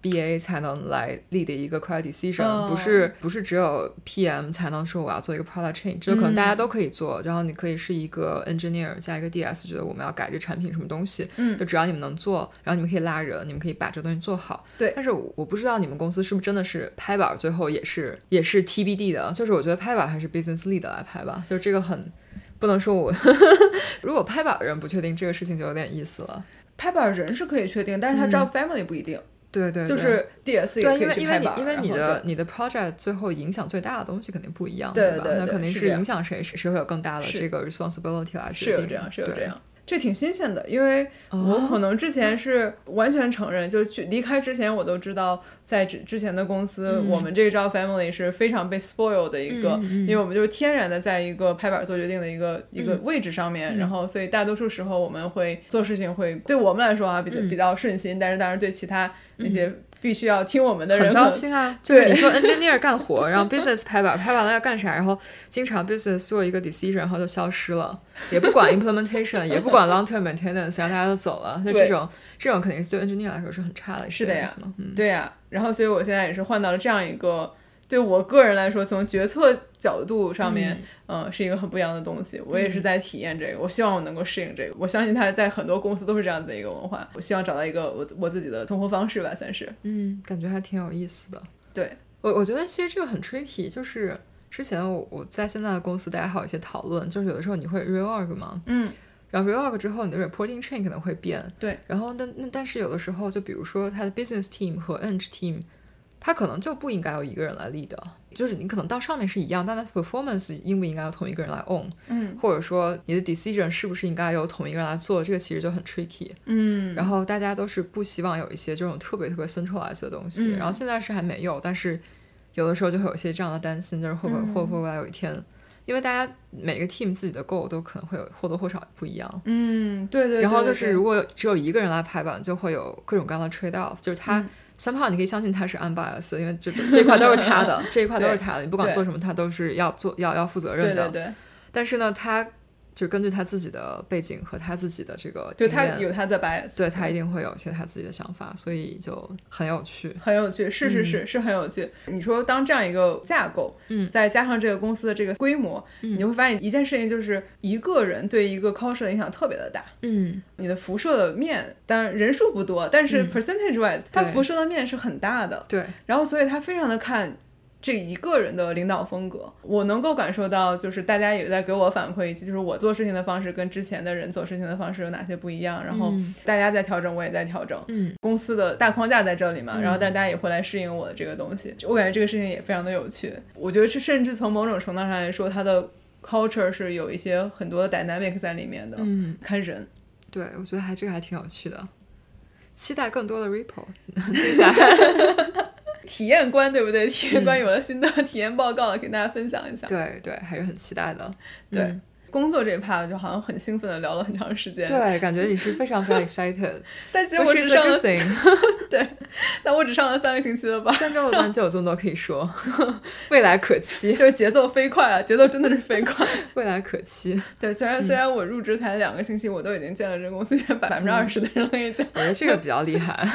B A 才能来 lead 一个 credit decision、 哦、 不是不是只有 P M 才能说我要做一个 product change， 就可能大家都可以做、嗯、然后你可以是一个 engineer 加一个 D S 觉得我们要改这产品什么东西、嗯、就只要你们能做，然后你们可以拉人，你们可以把这个东西做好。 对， 但是我不知道你们公司是不是真的是拍板最后也是也是 T B D 的，就是我觉得拍板还是 business lead 来拍吧，就这个很不能说我如果拍板的人不确定这个事情就有点意思了。 拍板人是可以确定，但是他 job family 不一定、嗯、 对对对， 就是 D S 也可以去拍板， 因为你的你的 project 最后影响最大的东西肯定不一样， 对对 对, 对， 那肯定是影响谁谁会有更大的这个 responsibility 来决定， 是有这样是有这样。这挺新鲜的，因为我可能之前是完全承认、哦、就是去离开之前我都知道在之前的公司、嗯、我们这个 job family 是非常被 spoil 的一个、嗯嗯、因为我们就是天然的在一个拍板做决定的一个、嗯、一个位置上面、嗯、然后所以大多数时候我们会做事情会对我们来说啊比较、嗯、比较顺心，但是当然对其他那些必须要听我们的人很糟心啊，就是你说 engineer 干活然后 business 拍板拍完了要干啥，然后经常 business 做一个 decision 然后就消失了，也不管 implementation 也不管 long term maintenance 然后大家都走了，那这种这种肯定对 engineer 来说是很差的。 是的呀、 嗯、 对呀，然后所以我现在也是换到了这样一个对我个人来说从决策角度上面 嗯, 嗯是一个很不一样的东西，我也是在体验这个、嗯、我希望我能够适应这个，我相信它在很多公司都是这样子的一个文化，我希望找到一个我我自己的生活方式吧，算是嗯，感觉还挺有意思的。 对， 我我觉得其实这个很 tricky， 就是之前我我在现在的公司大家还有一些讨论，就是有的时候你会 reorg 嘛， 嗯， 然后 reorg 之后你的 reporting chain 可能会变， 对， 然后但但是有的时候就比如说它的 business team 和 eng team他可能就不应该有一个人来 lead， 就是你可能到上面是一样，但他 performance 应不应该由同一个人来 own， 嗯， 或者说你的 decision 是不是应该由同一个人来做，这个其实就很 tricky， 嗯， 然后大家都是不希望有一些这种特别特别 centralized 的东西、嗯、然后现在是还没有，但是有的时候就会有一些这样的担心，就是会不会、嗯、会不会未来有一天，因为大家每个 team 自己的 goal 都可能会有或多或少不一样， 嗯，对 对, 对, 对, 对， 然后就是如果只有一个人来排版就会有各种各样的 trade off， 就是他、嗯somehow 你可以相信他是 unbiased， 因为这这一块都是他的这一块都是他的，你不管做什么他都是要做要要负责任的， 对对对， 但是呢他就根据他自己的背景和他自己的这个经验， 对，他有他的 bias， 对，他一定会有一些他自己的想法，所以就很有趣很有趣，是是是、嗯、是很有趣。你说当这样一个架构、嗯、再加上这个公司的这个规模、嗯、你会发现一件事情，就是一个人对一个 culture 的影响特别的大， 嗯， 你的辐射的面当然人数不多，但是 percentage wise、嗯、它辐射的面是很大的， 对， 然后所以他非常的看这一个人的领导风格，我能够感受到就是大家也在给我反馈一些，就是我做事情的方式跟之前的人做事情的方式有哪些不一样，然后大家在调整我也在调整， 嗯， 公司的大框架在这里嘛、嗯、然后大家也会来适应我的这个东西，我感觉这个事情也非常的有趣，我觉得是甚至从某种程度上来说它的 culture 是有一些很多的 dynamic 在里面的， 嗯， 看人， 对，我觉得还这个还挺有趣的，期待更多的 report 听起来体验官对不对？体验官有了新的体验报告了、嗯、给大家分享一下。 对对，还是很期待的。 对、 嗯、 工作这一 part 就好像很兴奋的聊了很长时间。 对，感觉你是非常非常 excited 但其实我只上了对，但我只上了三个星期了吧， 三周的班就有这么多可以说未来可期， 就是节奏飞快啊，节奏真的是飞快未来可期。 对，虽然、嗯、虽然我入职才两个星期，我都已经见了这公司里面百分之二十的人了，跟你讲， 我觉得这个比较厉害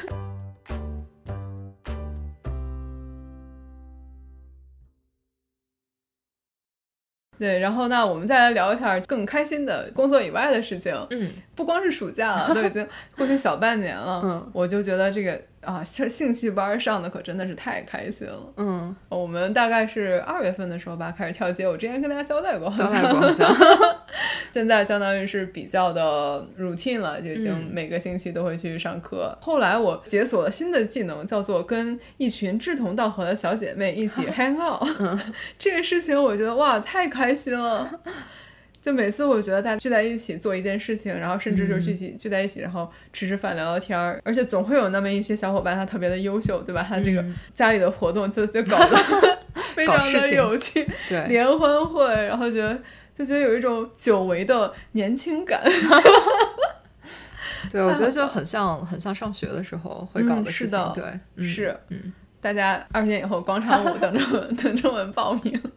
对，然后呢我们再来聊一下更开心的工作以外的事情。 嗯， 不光是暑假了，都已经过去小半年了。 嗯， 我就觉得这个啊兴趣班上的可真的是太开心了。 嗯， 我们大概是二月份的时候吧开始跳街，我之前跟大家交代过， 交代过好像现在相当于是比较的 routine 了，就已经每个星期都会去上课、嗯、后来我解锁了新的技能，叫做跟一群志同道合的小姐妹一起 hang out、嗯、这个事情我觉得哇太开心了，就每次我觉得大家聚在一起做一件事情，然后甚至就是聚起、嗯、聚在一起然后吃吃饭聊聊天，而且总会有那么一些小伙伴他特别的优秀，对吧，他这个家里的活动就就搞得非常的有趣， 对， 联欢会，然后觉得就觉得有一种久违的年轻感对，我觉得就很像很像上学的时候会搞的事情、 嗯、 对、 嗯、是嗯， 大家二十年以后广场舞等着等着我们报名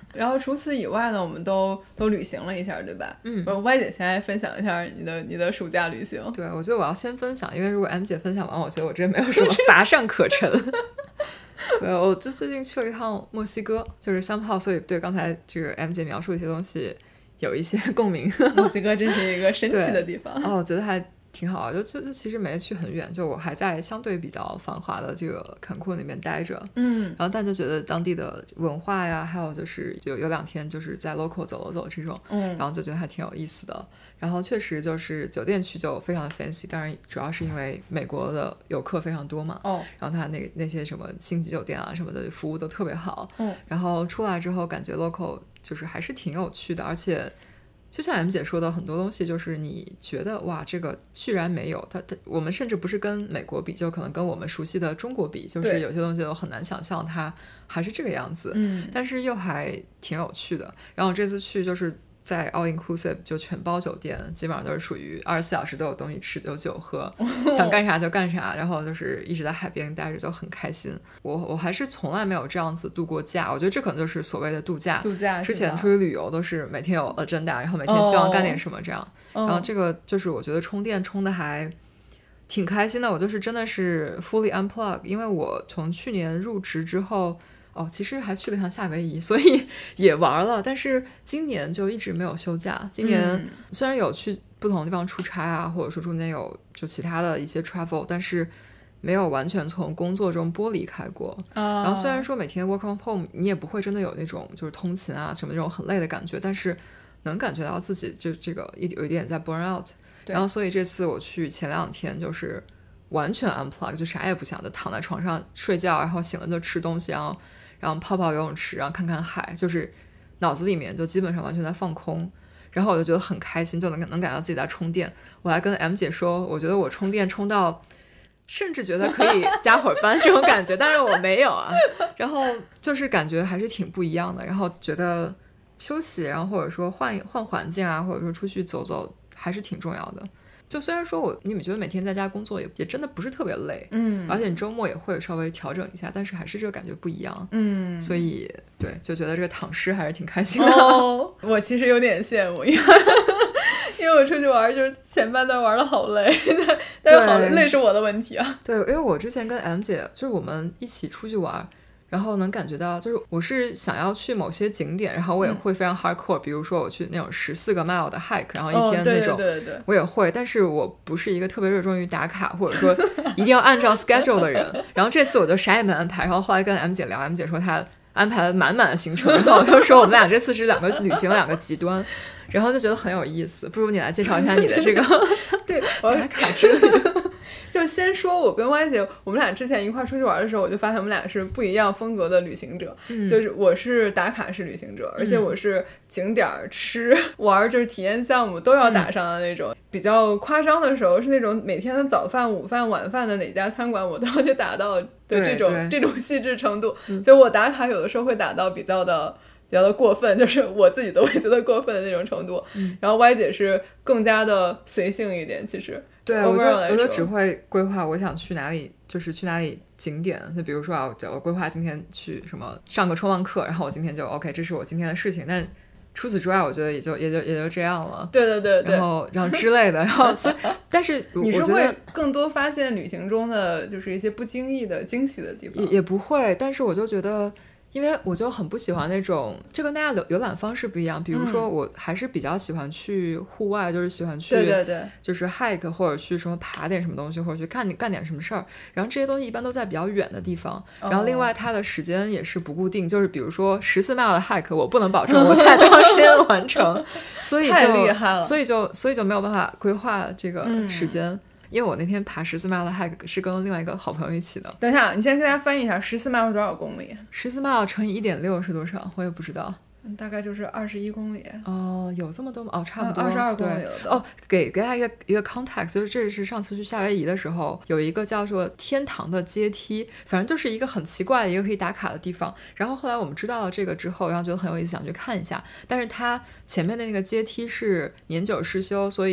然后除此以外呢，我们都都旅行了一下，对吧？嗯，我 Y 姐先来分享一下你的你的暑假旅行。 对，我觉得我要先分享，因为如果 M 姐分享完，我觉得我真没有什么乏善可陈。对，我就最近去了一趟墨西哥，就是somehow，所以对刚才这个 M 姐描述的一些东西有一些共鸣。 墨西哥真是一个神奇的地方。 哦，我觉得还挺好，就就就其实没去很远，就我还在相对比较繁华的这个坎库那边待着， 嗯， 然后但就觉得当地的文化呀，还有就是有有两天就是在 local 走了走这种，嗯，然后就觉得还挺有意思的。然后确实就是酒店区就非常的 fancy， 当然主要是因为美国的游客非常多嘛，哦，然后他那那些什么星级酒店啊什么的服务都特别好，嗯，然后出来之后感觉 local 就是还是挺有趣的，而且。就像 M 姐说的，很多东西就是你觉得哇，这个居然没有它，它我们甚至不是跟美国比，就可能跟我们熟悉的中国比，就是有些东西都很难想象它还是这个样子，嗯，但是又还挺有趣的。然后这次去就是在 all inclusive 就全包酒店，基本上都是属于二十四小时都有东西吃有酒喝，想干啥就干啥，然后就是一直在海边待着就很开心。我我还是从来没有这样子度过假，我觉得这可能就是所谓的度假。 度假之前出去旅游都是每天有 agenda， 然后每天希望干点什么这样，哦，然后这个就是我觉得充电充的还挺开心的。我就是真的是 fully unplug， 因为我从去年入职之后。哦，其实还去了一趟夏威夷，所以也玩了，但是今年就一直没有休假。今年虽然有去不同的地方出差啊，或者说中间有就其他的一些 travel， 但是没有完全从工作中剥离开过。Oh. 然后虽然说每天 work from home， 你也不会真的有那种就是通勤啊什么那种很累的感觉，但是能感觉到自己就这个有一点在 burn out。然后所以这次我去前两天就是完全 unplug， 就啥也不想，就躺在床上睡觉，然后醒了就吃东西，然后然后泡泡游泳池，然后看看海，就是脑子里面就基本上完全在放空，然后我就觉得很开心，就能能感到自己在充电。我还跟 M 姐说，我觉得我充电充到甚至觉得可以加会儿班这种感觉，但是我没有啊。然后就是感觉还是挺不一样的，然后觉得休息，然后或者说换换环境啊，或者说出去走走还是挺重要的。就虽然说我你们觉得每天在家工作也也真的不是特别累，嗯，而且你周末也会稍微调整一下，但是还是这个感觉不一样，嗯，所以对就觉得这个躺尸还是挺开心的。 哦，我其实有点羡慕，因为因为我出去玩就是前半段玩的好累，但是好累是我的问题啊。 对，因为我之前跟 M 姐就是我们一起出去玩。然后能感觉到就是我是想要去某些景点，然后我也会非常 hardcore，嗯，比如说我去那种十四个 mile 的 hike， 然后一天那种， 哦，对对对对， 我也会，但是我不是一个特别热衷于打卡或者说一定要按照 schedule 的人。然后这次我就啥也没安排，然后后来跟 M 姐聊， M 姐说她安排了满满的行程，然后我就说我们俩这次是两个旅行两个极端，然后就觉得很有意思。不如你来介绍一下你的这个对打卡之旅。就先说我跟 Y 姐，我们俩之前一块出去玩的时候，我就发现我们俩是不一样风格的旅行者，嗯，就是我是打卡式旅行者，而且我是景点吃玩就是体验项目都要打上的那种，嗯，比较夸张的时候是那种每天的早饭午饭晚饭的哪家餐馆我都要去打到的这种这种细致程度，嗯，所以我打卡有的时候会打到比较的比较的过分，就是我自己都会觉得过分的那种程度，嗯，然后 Y 姐是更加的随性一点，其实对我就我就只会规划我想去哪里，就是去哪里景点，就比如说啊，我规划今天去什么上个冲浪课，然后我今天就 OK， 这是我今天的事情，但除此之外我觉得也就也就也就这样了， 对对对对， 然后然后之类的，然后所以但是你是会更多发现旅行中的就是一些不经意的惊喜的地方， 也也不会，但是我就觉得因为我就很不喜欢那种，这跟大家的游览方式不一样，比如说我还是比较喜欢去户外，就是喜欢去对对对， 就是 hike 或者去什么爬点什么东西，或者去干干点什么事儿，然后这些东西一般都在比较远的地方，然后另外它的时间也是不固定，就是比如说十四 mile 的 hike 我不能保证我在多长时间完成所以就太厉害了， 所以就所以就没有办法规划这个时间，嗯，因为我那天爬十四 mile 的 hike 是跟另外一个好朋友一起的。 等一下，你先跟大家翻译一下，十四 mile 是多少公里？ 十四 mile 乘以一点六是多少？我也不知道。 大概就是二十一公里。 哦，有这么多吗？哦，差不多。 二十二公里了都。 哦，给给大家一个一个 context， 就是这是上次去夏威夷的时候，有一个叫做天堂的阶梯，反正就是一个很奇怪的一个可以打卡的地方。然后后来我们知道了这个之后，然后觉得很有意思，想去看一下。但是它前面的那个阶梯是年久失修，所以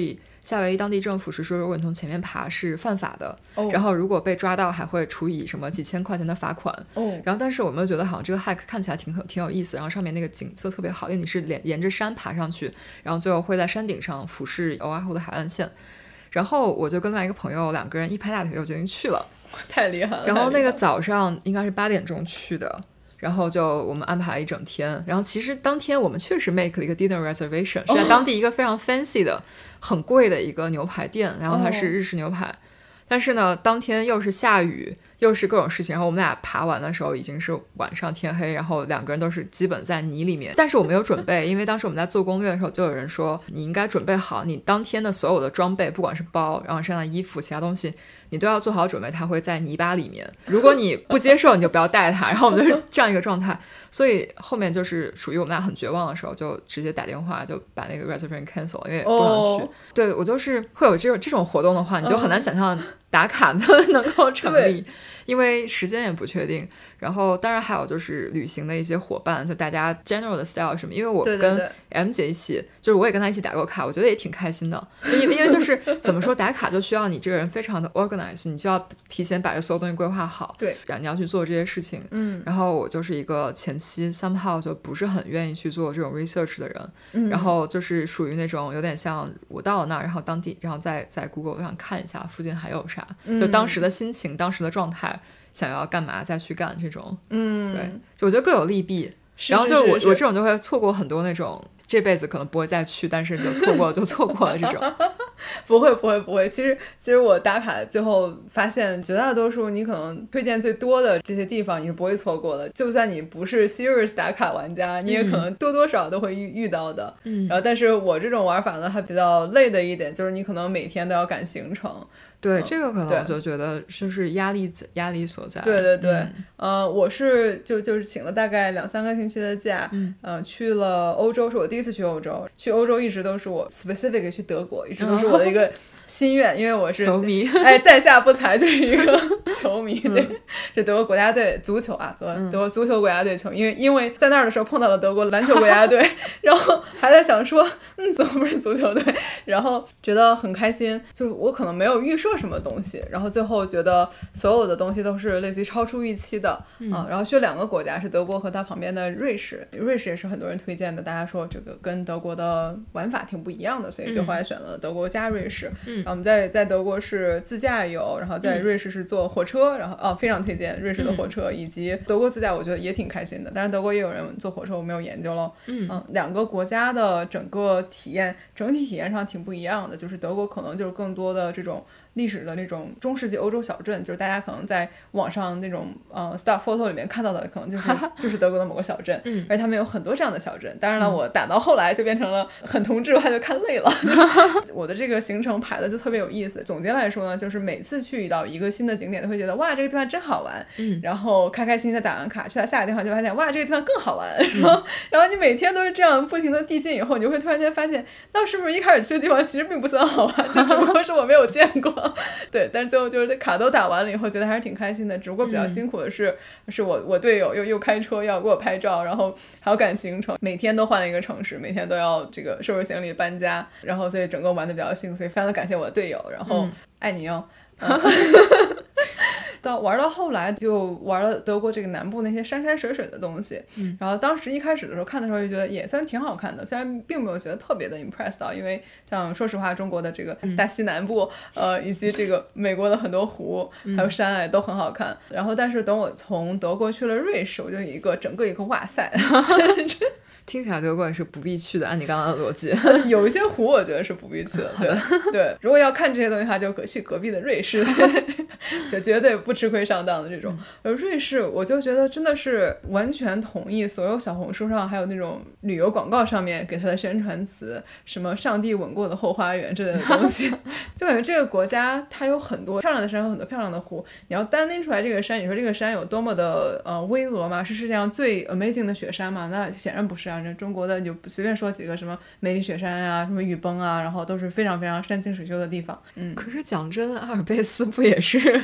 夏威夷当地政府是说如果你从前面爬是犯法的、 哦、 然后如果被抓到还会处以什么几千块钱的罚款、 哦、 然后但是我们又觉得好像这个 hike 看起来挺挺有意思，然后上面那个景色特别好，因为你是连沿着山爬上去，然后最后会在山顶上俯视欧阿湖的海岸线。然后我就跟另外一个朋友两个人一拍大腿就决定去了， 太厉害了。 然后那个早上应该是八点钟去的，然后就我们安排了一整天，然后其实当天我们确实 make 了一个 dinner reservation、哦、是在当地一个非常 fancy 的很贵的一个牛排店，然后它是日式牛排、哦、但是呢当天又是下雨又是各种事情，然后我们俩爬完的时候已经是晚上天黑，然后两个人都是基本在泥里面，但是我没有准备，因为当时我们在做攻略的时候就有人说你应该准备好你当天的所有的装备，不管是包然后身上的衣服其他东西你都要做好准备，它会在泥巴里面，如果你不接受你就不要带它，然后我们就是这样一个状态，所以后面就是属于我们俩很绝望的时候就直接打电话就把那个 reservation cancel， 因为不能去、oh. 对，我就是会有这种这种活动的话你就很难想象打卡的能够成立、oh. 因为时间也不确定，然后当然还有就是旅行的一些伙伴，就大家 general 的 style 什么，因为我跟 M 姐一起，对对对，就是我也跟她一起打过卡，我觉得也挺开心的，就因为因为就是怎么说打卡就需要你这个人非常的 organize， 你就要提前把这所有东西规划好， 对， 然后你要去做这些事情， 嗯， 然后我就是一个前期 somehow 就不是很愿意去做这种 research 的人、 嗯、 然后就是属于那种有点像我到了那儿然后当地然后在在 Google 上看一下附近还有啥、嗯、就当时的心情当时的状态想要干嘛再去干这种， 嗯， 对，就我觉得各有利弊， 是然后就我是是是我这种就会错过很多那种这辈子可能不会再去，但是就错过了就错过了这种。 不会不会不会，其实其实我打卡最后发现绝大多数你可能推荐最多的这些地方你是不会错过的，就算你不是 serious 打卡玩家你也可能多多少都会遇遇到的， 嗯， 然后但是我这种玩法呢还比较累的一点就是你可能每天都要赶行程， 对、 嗯、 这个可能我就觉得就是压力压力所在， 对对对、 嗯、 呃，我是就就是请了大概两三个星期的假， 嗯、 呃，去了欧洲，是我第一次去欧洲，去欧洲一直都是我 specific 去德国一直都是我的一个心愿、嗯、因为我是球迷， 哎，在下不才就是一个球迷，对、嗯、是德国国家队足球啊，德国足球国家队球迷，因为因为在那儿的时候碰到了德国篮球国家队然后还在想说嗯怎么不是足球队，然后觉得很开心，就是我可能没有预设什么东西，然后最后觉得所有的东西都是类似于超出预期的、 嗯、 啊，然后去两个国家是德国和它旁边的瑞士，瑞士也是很多人推荐的，大家说这个跟德国的玩法挺不一样的，所以就后来选了德国加瑞士、嗯、然后我们在在德国是自驾游，然后在瑞士是坐火车、嗯、然后哦非常推荐瑞士的火车、嗯、以及德国自驾我觉得也挺开心的，但是德国也有人坐火车我没有研究了， 嗯、 啊、两个国家的整个体验整体体验上挺不一样的，就是德国可能就是更多的这种历史的那种中世纪欧洲小镇，就是大家可能在网上那种呃 Star Photo 里面看到的可能就是就是德国的某个小镇， 嗯， 而且他们有很多这样的小镇，当然了、嗯、我打到后来就变成了很同质化，就看累了我的这个行程排的就特别有意思，总结来说呢就是每次去到一个新的景点都会觉得哇这个地方真好玩， 嗯， 然后开开心心的打完卡去到下个地方就发现哇这个地方更好玩，然后、嗯、然后你每天都是这样不停的递进以后，你就会突然间发现那是不是一开始去的地方其实并不算好玩，这只不过是我没有见过对，但是最后就是卡都打完了以后觉得还是挺开心的，只不过比较辛苦的是、嗯、是我我队友又又开车要给我拍照，然后还要赶行程，每天都换了一个城市，每天都要这个收拾行李搬家，然后所以整个玩的比较辛苦，所以非常的感谢我的队友，然后、嗯、爱你哦、嗯到玩到后来就玩了德国这个南部那些山山水水的东西、嗯、然后当时一开始的时候看的时候就觉得也算挺好看的，虽然并没有觉得特别的 impressed 到，因为像说实话中国的这个大西南部、嗯、呃以及这个美国的很多湖、嗯、还有山哎都很好看，然后但是等我从德国去了瑞士我就有一个整个一个哇塞听起来德国也是不必去的，按你刚刚的逻辑有一些湖我觉得是不必去的，对对，如果要看这些东西的话就去隔壁的瑞士就绝对不吃亏上当的这种、嗯、而瑞士我就觉得真的是完全同意所有小红书上还有那种旅游广告上面给它的宣传词，什么上帝吻过的后花园之类的东西就感觉这个国家它有很多漂亮的山，有很多漂亮的湖，你要单拎出来这个山，你说这个山有多么的呃巍峨吗？是世界上最 amazing 的雪山吗？那显然不是啊，中国的你就随便说几个什么梅里雪山啊什么雨崩啊，然后都是非常非常山清水秀的地方。嗯， 可是讲真阿尔卑斯不也是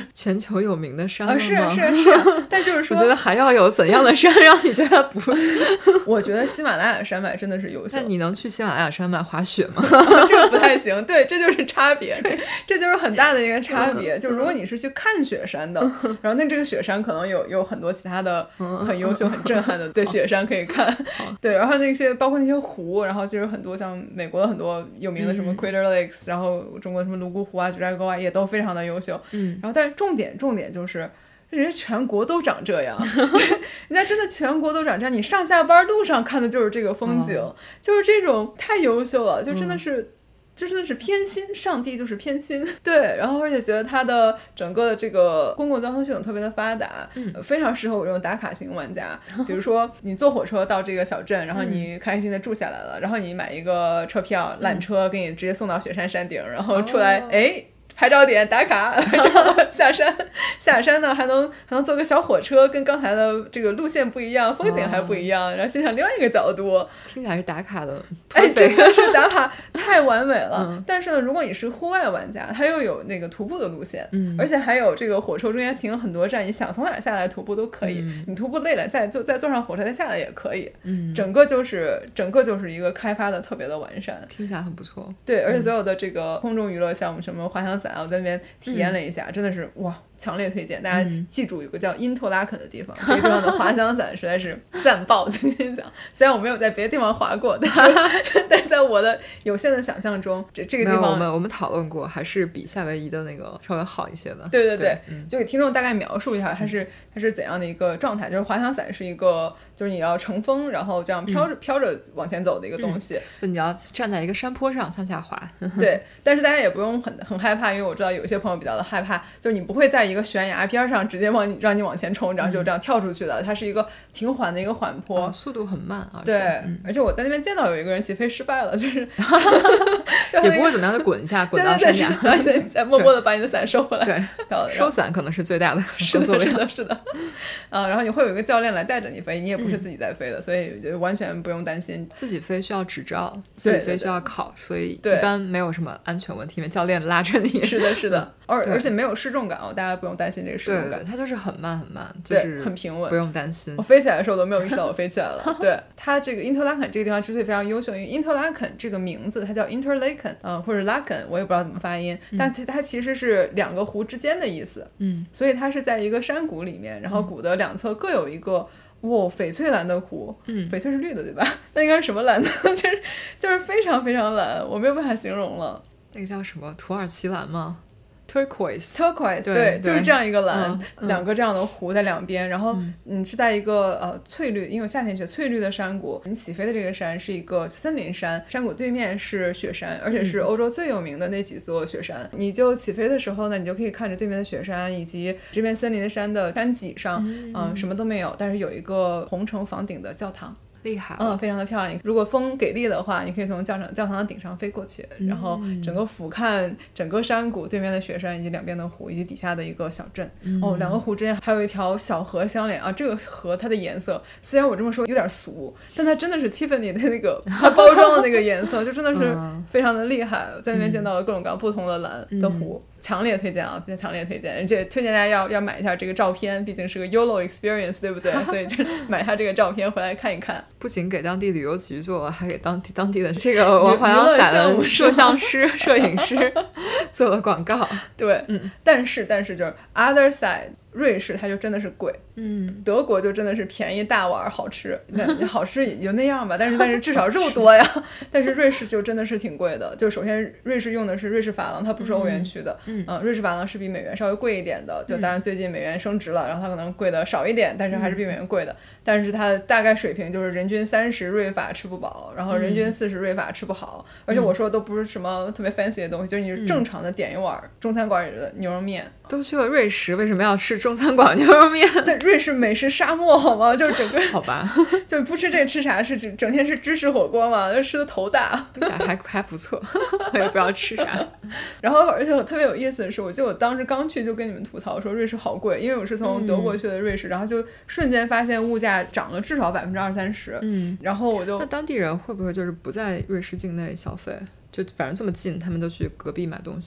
全球有名的山了吗？ 啊，是啊是啊是啊，但就是说， 我觉得还要有怎样的山让你觉得不？ 我觉得喜马拉雅山脉真的是优秀。 那你能去喜马拉雅山脉滑雪吗？ 这个不太行，对，这就是差别，这就是很大的一个差别。就如果你是去看雪山的，然后那这个雪山可能有有很多其他的很优秀、很震撼的对雪山可以看，对，然后那些包括那些湖，然后其实很多像美国的很多有名的什么 Crater Lakes，、嗯、然后中国什么泸沽湖啊、九寨沟啊也都非常的优秀， 嗯， 然后但是重点重点就是人家全国都长这样，人家真的全国都长这样，你上下班路上看的就是这个风景，哦、就是这种太优秀了，就真的是。嗯就真的是偏心，上帝就是偏心。对，然后而且觉得它的整个的这个公共交通系统特别的发达，嗯，非常适合我这种打卡型玩家。比如说你坐火车到这个小镇，然后你开心的住下来了，嗯、然后你买一个车票，缆车给你直接送到雪山山顶，然后出来，哎。哦拍照点打卡，然后下山，下山呢还能还能坐个小火车，跟刚才的这个路线不一样，风景还不一样，哦、然后欣赏另外一个角度。 听起来是打卡的， 哎，真的是打卡太完美了。嗯、但是呢，如果你是户外玩家，它又有那个徒步的路线，嗯，而且还有这个火车中间停了很多站，你想从哪儿下来徒步都可以。嗯、你徒步累了，再就再坐上火车再下来也可以。嗯，整个就是整个就是一个开发的特别的完善， 听起来很不错。 对，而且所有的这个空中娱乐项目，什么滑翔伞啊，我在那边体验了一下，嗯、真的是哇，强烈推荐大家记住有个叫因特拉肯的地方，嗯、这个地方的滑翔伞实在是赞爆！就跟你讲，虽然我没有在别的地方滑过，但是但是在我的有限的想象中，这这个地方我们我们讨论过，还是比夏威夷的那个稍微好一些的。 对对 对, 对、嗯，就给听众大概描述一下它是它是怎样的一个状态。就是滑翔伞是一个，就是你要乘风，然后这样飘着、嗯、飘着往前走的一个东西。 嗯、你要站在一个山坡上向下滑。 对，但是大家也不用很很害怕，因为我知道有些朋友比较的害怕，就是你不会在一个悬崖边上直接往让你往前冲，然后就这样跳出去的。嗯、它是一个挺缓的一个缓坡， 哦、速度很慢啊。 对、嗯，而且我在那边见到有一个人起飞失败了，就是也不会怎么样的滚一下，滚到山下， 然后再默默的把你的伞收回来。 对，收伞可能是最大的工作量。 是的，是的。啊，然后你会有一个教练来带着你飞，你也不是自己在飞的，嗯、所以完全不用担心。 自己飞需要执照，自己飞需要考，所以一般没有什么安全问题，因为教练拉着你。 是的，是的。而而且没有失重感哦，大家不用担心这个失重感。 对，它就是很慢很慢，就是很平稳， 不用担心。 我飞起来的时候都没有意识到我飞起来了。对，它这个因特拉肯这个地方之所以非常优秀，因为因特拉肯这个名字它叫 Interlaken， 嗯、呃，或者拉肯，我也不知道怎么发音，嗯、但它其实是两个湖之间的意思。嗯，所以它是在一个山谷里面，然后谷的两侧各有一个。哇，翡翠蓝的湖，嗯，翡翠是绿的对吧？那应该是什么蓝呢？就是就是非常非常蓝，我没有办法形容了。 那个叫什么？土耳其蓝吗？Turquoise， Turquoise， 对, 对，就是这样一个蓝，嗯、两个这样的湖在两边，嗯、然后你是在一个呃翠绿，因为夏天雪翠绿的山谷，你起飞的这个山是一个森林山，山谷对面是雪山，而且是欧洲最有名的那几座雪山。嗯、你就起飞的时候呢，你就可以看着对面的雪山以及这边森林的山的山脊上，嗯、呃，什么都没有，但是有一个红橙房顶的教堂。 厉害， 嗯，非常的漂亮。如果风给力的话，你可以从教堂教堂的顶上飞过去，嗯、然后整个俯瞰整个山谷对面的雪山以及两边的湖以及底下的一个小镇。嗯、哦，两个湖之间还有一条小河相连啊。这个河它的颜色，虽然我这么说有点俗，但它真的是 Tiffany 的那个它包装的那个颜色，就真的是非常的厉害。我在那边见到了各种各样不同的蓝的湖。嗯，强烈推荐啊！强烈推荐，而且推荐大家要要买一下这个照片，毕竟是个 Y O L O experience， 对不对？所以就买一下这个照片回来看一看。 不仅给当地旅游局做了，还给当地当地的这个玩滑翔伞的摄像师、摄影师做了广告。 对，嗯，但是但是就是 other side。瑞士它就真的是贵，嗯，德国就真的是便宜大碗好吃，那好吃也就那样吧，但是但是至少肉多呀。但是瑞士就真的是挺贵的，就首先瑞士用的是瑞士法郎，它不是欧元区的，嗯，呃、瑞士法郎是比美元稍微贵一点的，就当然最近美元升值了，然后它可能贵的少一点，但是还是比美元贵的，嗯、但是它大概水平就是人均三十瑞法吃不饱，然后人均四十瑞法吃不好，嗯、而且我说的都不是什么特别 fancy 的东西，就是你正常的点一碗中餐馆里的牛肉面。 都去了瑞士，为什么要吃中餐馆牛肉面？ 但瑞士美食沙漠好吗？就整个好吧， 就不吃这吃啥？是整天是芝士火锅嘛？就吃的头大， 听起来还还不错，我也不知道吃啥。 然后而且我特别有意思的是，我记得我当时刚去就跟你们吐槽说瑞士好贵，因为我是从德国去的瑞士，嗯、然后就瞬间发现物价涨了至少百分之二三十。嗯，然后我就那当地人会不会就是不在瑞士境内消费？就反正这么近，他们都去隔壁买东西。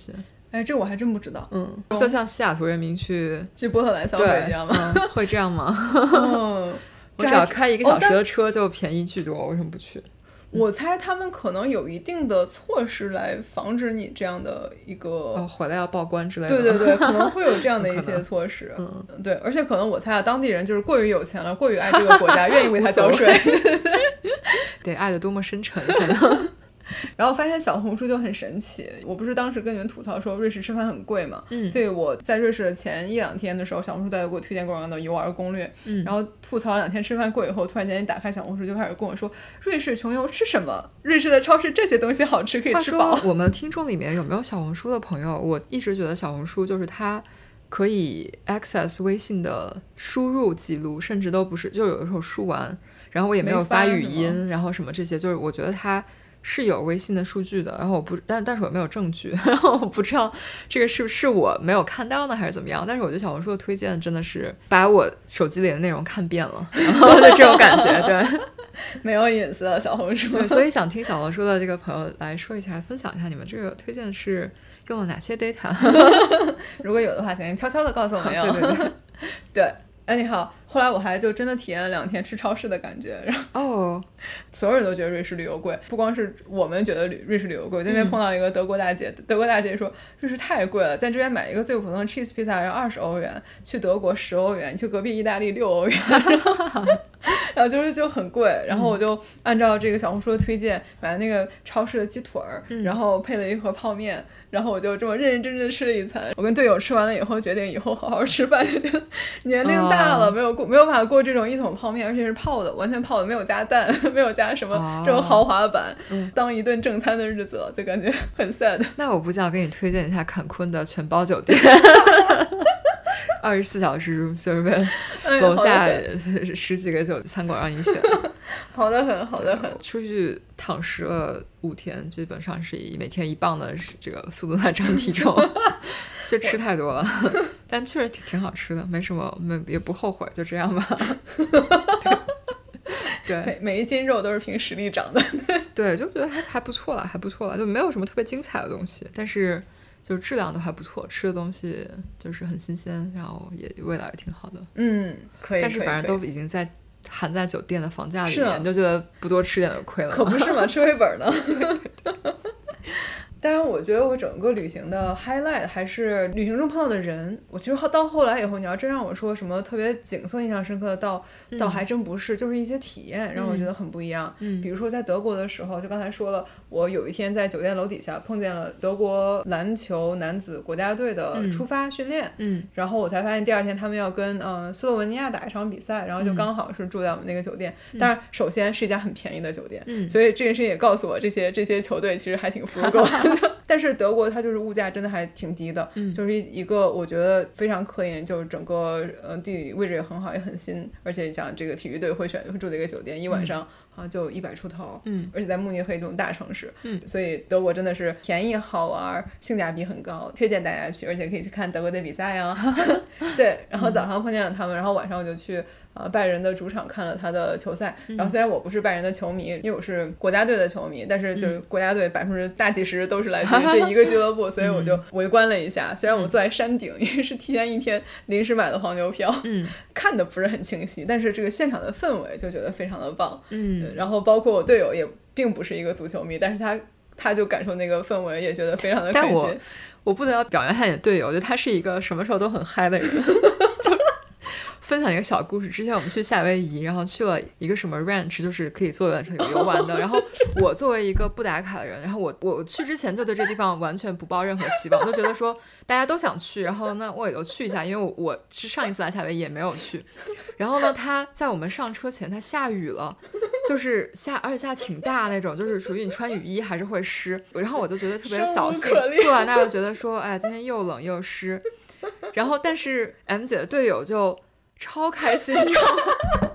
哎，这我还真不知道。 嗯，就像西雅图人民去去波特兰消费一样吗？ 嗯、会这样吗？ 嗯， 我只要开一个小时的车就便宜巨多，哦、为什么不去？ 我猜他们可能有一定的措施来防止你这样的一个、 哦、回来要报关之类的。 对对对，可能会有这样的一些措施。嗯，对，而且可能我猜啊，当地人就是过于有钱了，过于爱这个国家，愿意为他交税。 得爱得多么深沉才能。 然后发现小红书就很神奇，我不是当时跟你们吐槽说瑞士吃饭很贵嘛， 嗯， 所以我在瑞士的前一两天的时候，小红书都在给我推荐各种各样的游玩攻略， 嗯， 然后吐槽了两天吃饭贵以后，突然间一打开小红书就开始跟我说瑞士穷游吃什么，瑞士的超市这些东西好吃可以吃饱。 话说我们听众里面有没有小红书的朋友？我一直觉得小红书就是它可以 access 微信的输入记录，甚至都不是，就有的时候输完然后我也没有发语音，然后什么这些，就是我觉得它是有微信的数据的，然后我不但但是我没有证据，然后我不知道这个是不是我没有看到呢还是怎么样，但是我觉得小红书的推荐真的是把我手机里的内容看遍了，然后就这种感觉。对， 没有隐私的小红书。 对，所以想听小红书的这个朋友来说一下，分享一下你们这个推荐是用了哪些 data。 如果有的话请悄悄的告诉我们。 对对对对，哎你好，后来我还就真的体验了两天吃超市的感觉，然后哦， 所有人都觉得瑞士旅游贵，不光是我们觉得瑞士旅游贵，这边碰到一个德国大姐、嗯、德国大姐说瑞士太贵了，在这边买一个最普通的 cheese pizza 要二十欧元，去德国十欧元，去隔壁意大利六欧元。然后就是就很贵，然后我就按照这个小红书的推荐买了那个超市的鸡腿儿、嗯、然后配了一盒泡面，然后我就这么认认真真吃了一餐。我跟队友吃完了以后决定以后好好吃饭，就觉得年龄大了、哦、没有过没有办法过这种一桶泡面，而且是泡的，完全泡的，没有加蛋，没有加什么这种豪华版、哦、当一顿正餐的日子了，就感觉很 sad。 那我不想给你推荐一下坎昆的全包酒店。二十四小时 room service、哎、楼下十几个酒餐馆让你选。 好的很好的很。 出去躺实了五天，基本上是以每天一磅的这个速度在长体重。就吃太多了，但确实挺好吃的，没什么没也不后悔，就这样吧。对对， 每每一斤肉都是凭实力长的。 对，就觉得还还不错了还不错了，就没有什么特别精彩的东西，但是就质量都还不错，吃的东西就是很新鲜，然后也味道也挺好的。 嗯，可以。 但是反正都已经在含在酒店的房价里面，你就觉得不多吃点就亏了。 可不是嘛，吃回本呢。 对对对。 当然我觉得我整个旅行的 highlight 还是旅行中碰到的人。我其实到后来以后，你要真让我说什么特别景色印象深刻的，倒倒还真不是，就是一些体验让我觉得很不一样。 嗯， 比如说在德国的时候，就刚才说了，我有一天在酒店楼底下碰见了德国篮球男子国家队的出发训练。 嗯， 然后我才发现第二天他们要跟呃斯洛文尼亚打一场比赛，然后就刚好是住在我们那个酒店。嗯，但是首先是一家很便宜的酒店。 嗯， 所以这件事情也告诉我，这些这些球队其实还挺服够。但是德国它就是物价真的还挺低的。 嗯， 就是一个我觉得非常科研，就是整个呃地理位置也很好，也很新，而且像这个体育队会选会住的一个酒店，一晚上好像就一百出头。 嗯， 而且在慕尼黑这种大城市。 嗯， 所以德国真的是便宜好玩，性价比很高，推荐大家去，而且可以去看德国队比赛啊。对，然后早上碰见了他们，然后晚上我就去呃拜仁的主场看了他的球赛。然后虽然我不是拜仁的球迷，因为我是国家队的球迷，但是就是国家队百分之大几十都是来自于这一个俱乐部，所以我就围观了一下。虽然我坐在山顶，因为是提前一天临时买的黄牛票， 嗯， 看的不是很清晰，但是这个现场的氛围就觉得非常的棒。 嗯， 对，然后包括我队友也并不是一个足球迷，但是他他就感受那个氛围，也觉得非常的开心。 但我我不得要表扬一下你的队友，我觉得他是一个什么时候都很嗨的人。就分享一个小故事，之前我们去夏威夷，然后去了一个什么 ranch， 就是可以坐游览车有游玩的。然后我作为一个不打卡的人，然后我我去之前就对这地方完全不抱任何希望，就觉得说大家都想去，然后那我也就去一下，因为我我是上一次来夏威夷也没有去。然后呢，他在我们上车前他下雨了，就是下而且下挺大那种，就是属于你穿雨衣还是会湿。然后我就觉得特别扫兴，坐在那儿就觉得说哎今天又冷又湿。然后但是 M 姐的队友就超开心，你知道吗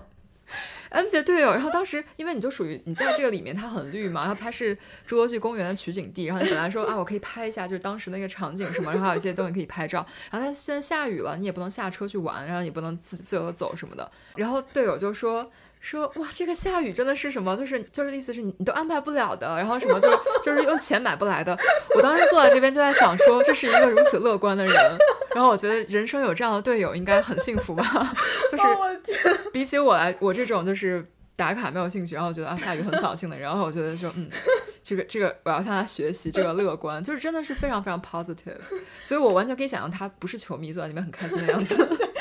？M 姐队友，然后当时因为你就属于你在这个里面它很绿嘛，然后它是侏罗纪公园的取景地，然后你本来说啊我可以拍一下就是当时那个场景什么，然后还有一些东西可以拍照，然后它现在下雨了，你也不能下车去玩，然后也不能自自由的走什么的，然后队友就说说哇这个下雨真的是什么，就是就是意思是你你都安排不了的，然后什么就就是用钱买不来的。我当时坐在这边就在想说这是一个如此乐观的人，然后我觉得人生有这样的队友应该很幸福吧。就是比起我来我这种就是打卡没有兴趣，然后觉得啊下雨很扫兴的人，然后我觉得说嗯这个这个我要向他学习这个乐观，就是真的是非常非常 positive， 所以我完全可以想象他不是球迷坐在里面很开心的样子。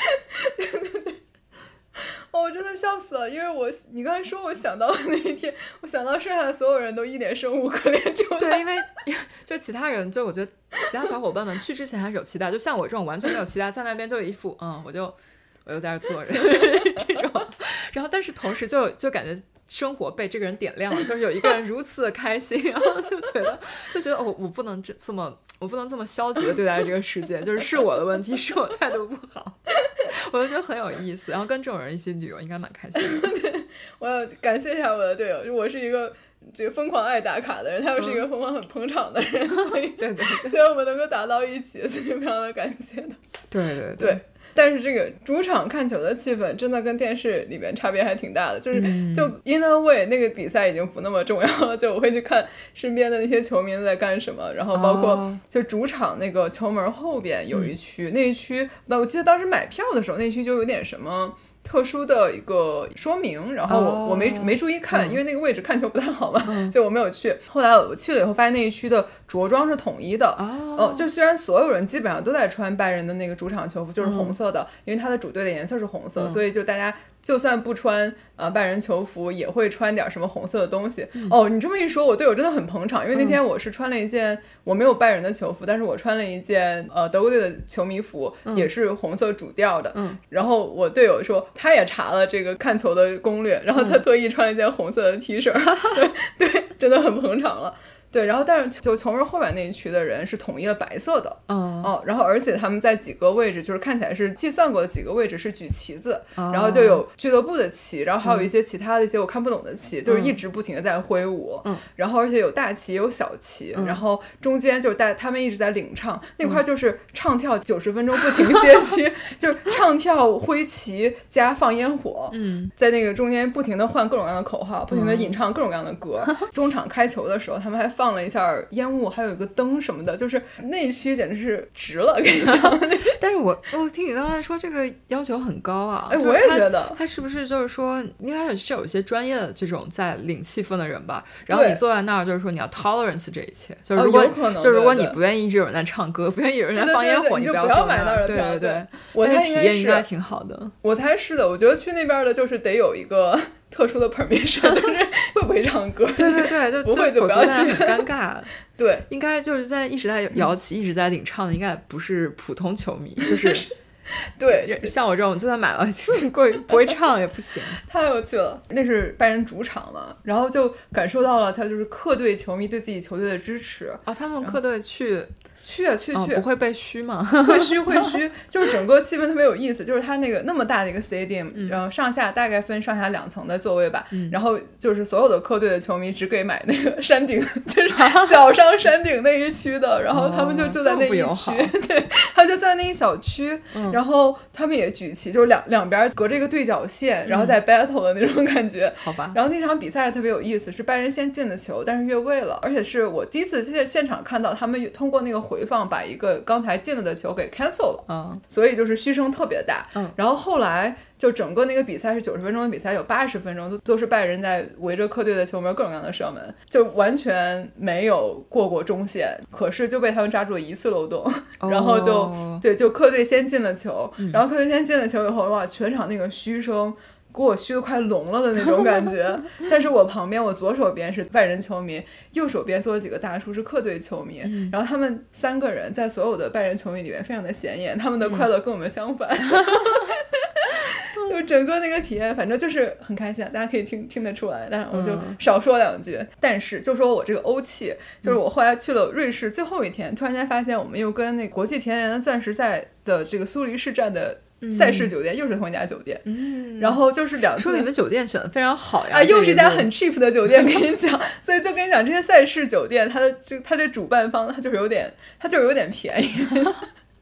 哦，我真的笑死了，因为我你刚才说我想到了那一天，我想到剩下的所有人都一脸生无可恋状态。 对，因为就其他人，就我觉得其他小伙伴们去之前还是有期待，就像我这种完全没有期待，在那边就一副嗯，我就我就在这坐着这种，然后但是同时就就感觉生活被这个人点亮了，就是有一个人如此的开心，然后就觉得就觉得哦，我不能这这么我不能这么消极的对待这个世界，就是是我的问题，是我态度不好。我就觉得很有意思，然后跟这种人一起旅游应该蛮开心的。 我要感谢一下我的队友，我是一个这个疯狂爱打卡的人，他们是一个疯狂很捧场的人，嗯、所以对对对， 所以我们能够打到一起，所以非常的感谢他。 对对 对, 对。但是这个主场看球的气氛真的跟电视里面差别还挺大的，就是就 in a way 那个比赛已经不那么重要了，就我会去看身边的那些球迷在干什么，然后包括就主场那个球门后边有一区、哦、那一区那我记得当时买票的时候那一区就有点什么特殊的一个说明，然后我、oh, 我没没注意看、嗯、因为那个位置看球不太好嘛、嗯、就我没有去。后来我去了以后发现那一区的着装是统一的、oh. 呃，就虽然所有人基本上都在穿拜仁的那个主场球服就是红色的、嗯、因为它的主队的颜色是红色、嗯、所以就大家就算不穿呃拜仁球服也会穿点什么红色的东西、嗯、哦，你这么一说我队友真的很捧场，因为那天我是穿了一件、嗯、我没有拜仁的球服，但是我穿了一件呃德国队的球迷服、嗯、也是红色主调的、嗯、然后我队友说他也查了这个看球的攻略，然后他特意穿了一件红色的 T 恤、嗯、对对，真的很捧场了。对，然后但是就球门后面那一区的人是统一了白色的，嗯，哦，然后而且他们在几个位置就是看起来是计算过的几个位置是举旗子、哦、然后就有俱乐部的旗，然后还有一些其他的一些我看不懂的旗、嗯、就是一直不停的在挥舞、嗯、然后而且有大旗有小旗、嗯、然后中间就是带他们一直在领唱，那块就是唱跳九十分钟不停歇期、嗯、就是唱跳挥旗加放烟火，嗯，在那个中间不停的换各种各样的口号，不停的吟唱各种各样的歌、嗯、中场开球的时候他们还放了一下烟雾，还有一个灯什么的，就是那一区简直是值了，跟你讲。 但是我我听你刚才说这个要求很高啊， 哎，我也觉得他是不是就是说应该是有一些专业的这种在领气氛的人吧，然后你坐在那儿就是说你要 tolerance 这一切，就是如果、哦、有可能就如果你不愿意一直有人在唱歌，不愿意有人在放烟火， 你不要坐那儿， 对对对， 我但是体验应该挺好的。 我猜是的，我觉得去那边的就是得有一个特殊的 permission， 就是会不会唱歌？ 对对对，就不会就不要去， 很尴尬。 对， 应该就是在一直在摇旗、嗯、一直在领唱的，应该不是普通球迷，就是对， 像我这种就算买了过不会唱也不行。 太有趣了，那是拜仁主场嘛，然后就感受到了他就是客队球迷对自己球队的支持啊，他们客队去。 去啊去去、哦、 不会被虚吗？ 会虚会虚，就是整个气氛特别有意思，就是它那个那么大的一个 stadium、嗯、然后上下大概分上下两层的座位吧、嗯、然后就是所有的客队的球迷只给买那个山顶，就是脚上山顶那一区的，然后他们就就在那一区、哦、对，他就在那一小区、嗯、然后他们也举旗，就是两两边隔着一个对角线、嗯、然后在 battle 的那种感觉， 好吧。 然后那场比赛特别有意思，是拜仁先进的球但是越位了，而且是我第一次在现场看到他们通过那个回放把一个刚才进了的球给 cancel 了、嗯、所以就是嘘声特别大、嗯、然后后来就整个那个比赛是九十分钟的比赛，有八十分钟都都是拜仁在围着客队的球门各种各样的射门，就完全没有过过中线，可是就被他们抓住了一次漏洞、哦、然后就对，就客队先进了球、嗯、然后客队先进了球以后，哇，全场那个嘘声给我虚得快聋了的那种感觉但是我旁边我左手边是拜仁球迷，右手边坐了几个大叔是客队球迷、嗯、然后他们三个人在所有的拜仁球迷里面非常的显眼，他们的快乐跟我们相反、嗯、就整个那个体验反正就是很开心，大家可以听听得出来，但是我就少说两句、嗯、但是就说我这个欧气，就是我后来去了瑞士最后一天、嗯、突然间发现我们又跟那国际田联的钻石赛的这个苏黎世站的赛事酒店又是同一家酒店、嗯、然后就是两次， 说你们酒店选的非常好呀， 啊，又是一家很 cheap 的酒店跟你讲所以就跟你讲这些赛事酒店它的就它这主办方它就是有点它就是有点便宜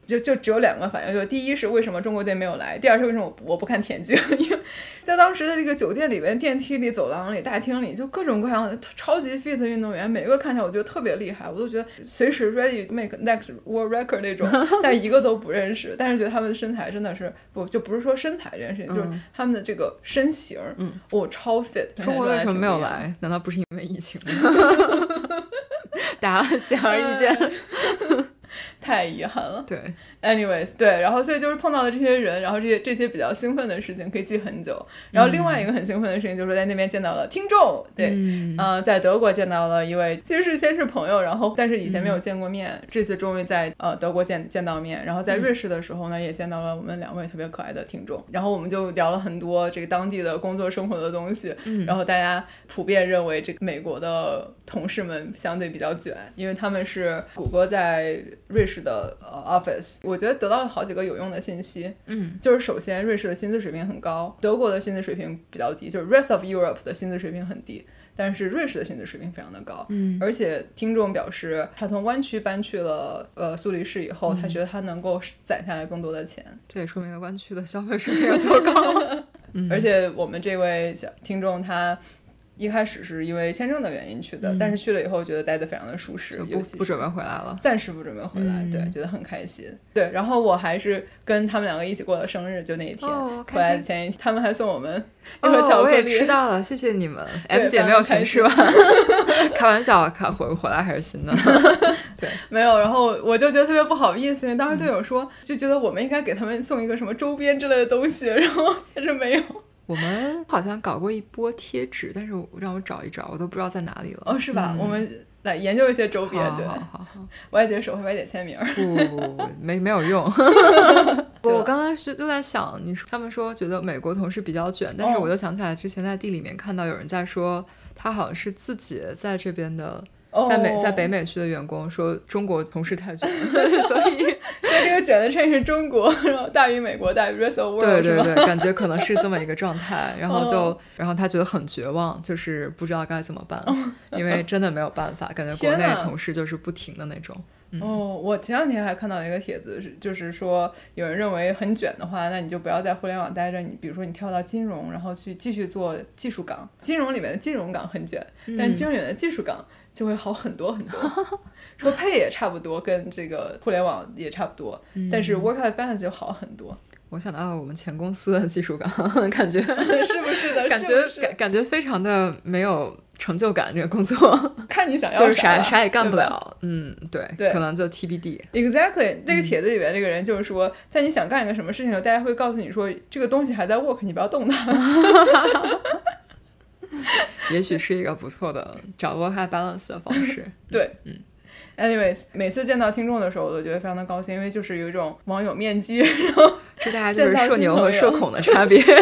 就就只有两个反应，就第一是为什么中国队没有来，第二是为什么我不我不看田径。因为在当时的这个酒店里边、电梯里、走廊里、大厅里，就各种各样的超级 fit 的运动员，每个看起来我觉得特别厉害，我都觉得随时 ready make next world record 那种，但一个都不认识。但是觉得他们的身材真的是不就不是说身材这件事情，嗯、就是他们的这个身形，嗯，我、哦、超 fit。 中国为什么没有来？难道不是因为疫情吗？大家显而易见。 太遗憾了。 对 anyways 对，然后所以就是碰到的这些人，然后这些这些比较兴奋的事情可以记很久。然后另外一个很兴奋的事情就是在那边见到了听众，对，嗯、呃，在德国见到了一位，其实是先是朋友，然后但是以前没有见过面，嗯、这次终于在呃德国见见到面。然后在瑞士的时候呢，嗯、也见到了我们两位特别可爱的听众，然后我们就聊了很多这个当地的工作生活的东西。嗯、然后大家普遍认为这个美国的同事们相对比较卷，因为他们是谷歌在瑞士的呃 office。我觉得得到了好几个有用的信息，嗯，就是首先瑞士的薪资水平很高，德国的薪资水平比较低，就是 rest of Europe 的薪资水平很低，但是瑞士的薪资水平非常的高，嗯，而且听众表示他从湾区搬去了呃苏黎世以后，嗯、他觉得他能够攒下来更多的钱， 这也说明了湾区的消费水平有多高。 嗯、而且我们这位小听众他一开始是因为签证的原因去的，嗯、但是去了以后觉得待得非常的舒适， 就不不准备回来了， 暂时不准备回来，嗯、对，觉得很开心。对，然后我还是跟他们两个一起过了生日，就那一天， 哦、 回来前一天，他们还送我们一盒巧克力，哦、 我也吃到了，谢谢你们。M 姐没有全吃完，开玩笑，看回回来还是新的。对， 没有，然后我就觉得特别不好意思，因为当时队友说，嗯、就觉得我们应该给他们送一个什么周边之类的东西，然后但是没有。 我们好像搞过一波贴纸，但是让我找一找，我都不知道在哪里了。 哦，是吧？嗯、我们来研究一些周边，对， 好好好好。 歪姐手绘，歪姐签名。 不不不不，没没有用。我刚才是都在想，你说他们说觉得美国同事比较卷，但是我就想起来之前在地里面看到有人在说，他好像是自己在这边的。在美在北美区的员工说中国同事太卷了，所以对这个卷的称是中国，然后大于美国，大于 rest of world， 对对对，感觉可能是这么一个状态，然后就、哦、然后他觉得很绝望，就是不知道该怎么办，哦、因为真的没有办法，感觉国内同事就是不停的那种。嗯、 哦，我前两天还看到一个帖子，就是说有人认为很卷的话，那你就不要在互联网待着，你比如说你跳到金融，然后去继续做技术岗，金融里面的金融岗很卷，嗯、但金融里面的技术岗就会好很多很多，说配也差不多，跟这个互联网也差不多，嗯、但是 work-life balance 就好很多。 我想到了我们前公司的技术岗，感觉是不是的？ 感觉是是感感觉非常的没有成就感，这个工作看你想要就是啥啥也干不了，嗯，对， 对， 可能就 T B D。 Exactly， 这个帖子里面这个人就是说，嗯、在你想干一个什么事情的时候，大家会告诉你说这个东西还在 work， 你不要动它。 也许是一个不错的掌握 high balance 的方式。 对， 嗯。 anyways， 每次见到听众的时候，我都觉得非常的高兴，因为就是有一种网友面基，然后这大家就是社牛和社恐的差别。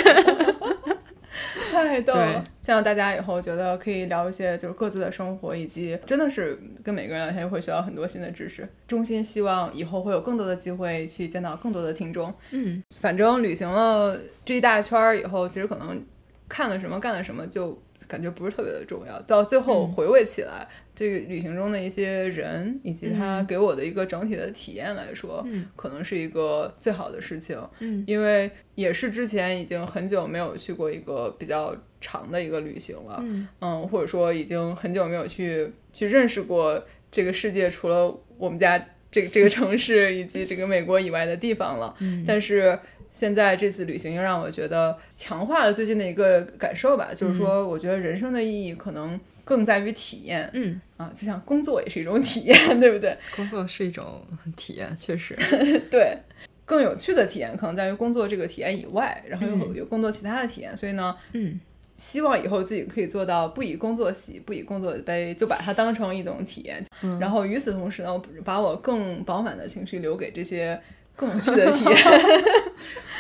太逗了！见到大家以后，觉得可以聊一些就是各自的生活，以及真的是跟每个人聊天会学到很多新的知识。衷心希望以后会有更多的机会去见到更多的听众。嗯，反正旅行了这一大圈以后，其实可能看了什么干了什么就感觉不是特别的重要，到最后回味起来、嗯、这个旅行中的一些人以及他给我的一个整体的体验来说、嗯、可能是一个最好的事情、嗯、因为也是之前已经很久没有去过一个比较长的一个旅行了， 嗯, 嗯或者说已经很久没有去去认识过这个世界除了我们家这个这个城市以及这个美国以外的地方了、嗯、但是现在这次旅行又让我觉得强化了最近的一个感受吧，就是说我觉得人生的意义可能更在于体验，嗯啊，就像工作也是一种体验，对不对？ 工作是一种体验，确实。 对，更有趣的体验可能在于工作这个体验以外，然后有有更多其他的体验，所以呢，嗯，希望以后自己可以做到不以工作喜，不以工作悲，就把它当成一种体验、嗯、然后与此同时呢，把我更饱满的情绪留给这些更有趣的体验。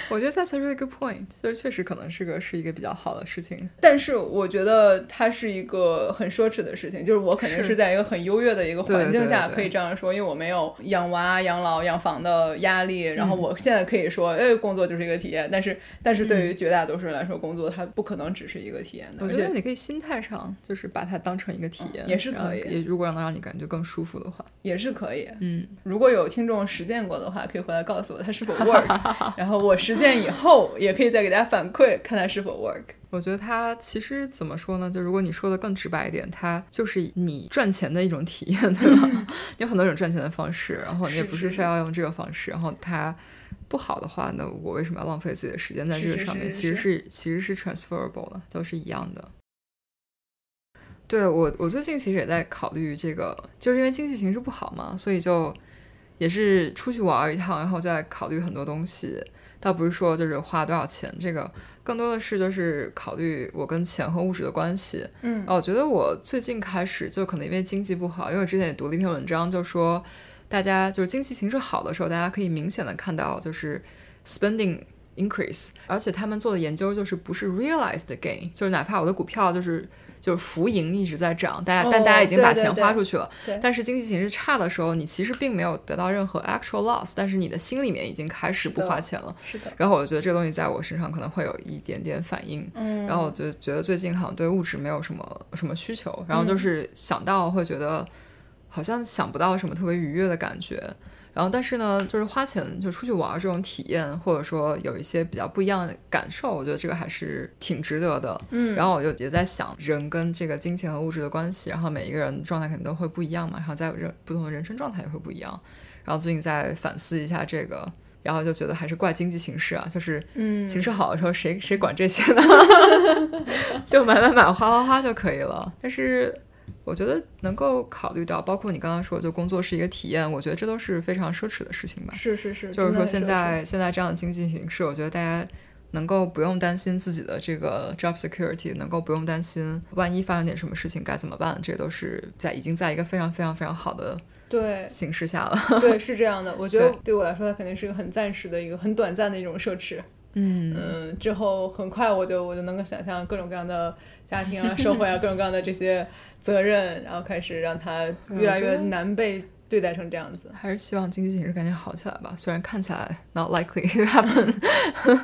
我觉得 that's a really good point， 就是确实可能是个是一个比较好的事情， 但是我觉得它是一个很奢侈的事情，就是我肯定是在一个很优越的一个环境下可以这样说，因为我没有养娃养老养房的压力，然后我现在可以说哎，工作就是一个体验，但是但是对于绝大多数人来说，工作它不可能只是一个体验的。 我觉得你可以心态上就是把它当成一个体验、 嗯、也是可以， 也如果能让你感觉更舒服的话也是可以。 嗯， 如果有听众实践过的话可以回来告诉我它是否 work 然后我实践以后也可以再给大家反馈看它是否 work。 我觉得它其实怎么说呢，就如果你说的更直白一点，它就是你赚钱的一种体验，对吧？你有很多种赚钱的方式，然后你也不是非要用这个方式，然后它不好的话，那我为什么要浪费自己的时间在这个上面？其实是其实是 transferable 的，都是一样的。对，我我最近其实也在考虑这个，就是因为经济形势不好嘛，所以就也是出去玩一趟，然后就在考虑很多东西，倒不是说就是花多少钱，这个更多的是就是考虑我跟钱和物质的关系。 嗯， 然后我觉得我最近开始就可能因为经济不好，因为我之前也读了一篇文章，就说大家就是经济形势好的时候，大家可以明显的看到就是 spending increase， 而且他们做的研究就是不是 realized gain， 就是哪怕我的股票就是就是浮盈一直在涨，大家、哦、但大家已经把钱花出去了， 对对对， 但是经济形势差的时候你其实并没有得到任何 actual loss， 但是你的心里面已经开始不花钱了。 是的，是的。 然后我觉得这个东西在我身上可能会有一点点反应， 嗯， 然后我就觉得最近好像对物质没有什么什么需求，然后就是想到会觉得好像想不到什么特别愉悦的感觉，然后但是呢就是花钱就出去玩这种体验，或者说有一些比较不一样的感受，我觉得这个还是挺值得的。 嗯， 然后我就也在想人跟这个金钱和物质的关系，然后每一个人状态肯定都会不一样嘛，然后在人不同的人生状态也会不一样，然后最近在反思一下这个，然后就觉得还是怪经济形势啊，就是形势好的时候谁谁管这些呢就买买买花花花就可以了。但是我觉得能够考虑到包括你刚刚说就工作是一个体验，我觉得这都是非常奢侈的事情吧。 是是是， 就是说现在现在这样的经济形势，我觉得大家能够不用担心自己的这个 job security， 能够不用担心万一发生点什么事情该怎么办，这都是在已经在一个非常非常非常好的对形势下了。 对，是这样的。我觉得对我来说它肯定是一个很暂时的一个很短暂的一种奢侈。 嗯嗯，之后很快我就我就能够想象各种各样的家庭啊社会啊各种各样的这些责任，然后开始让它越来越难被对待成这样子。 还是希望经济形势赶紧好起来吧，虽然看起来 not likely to happen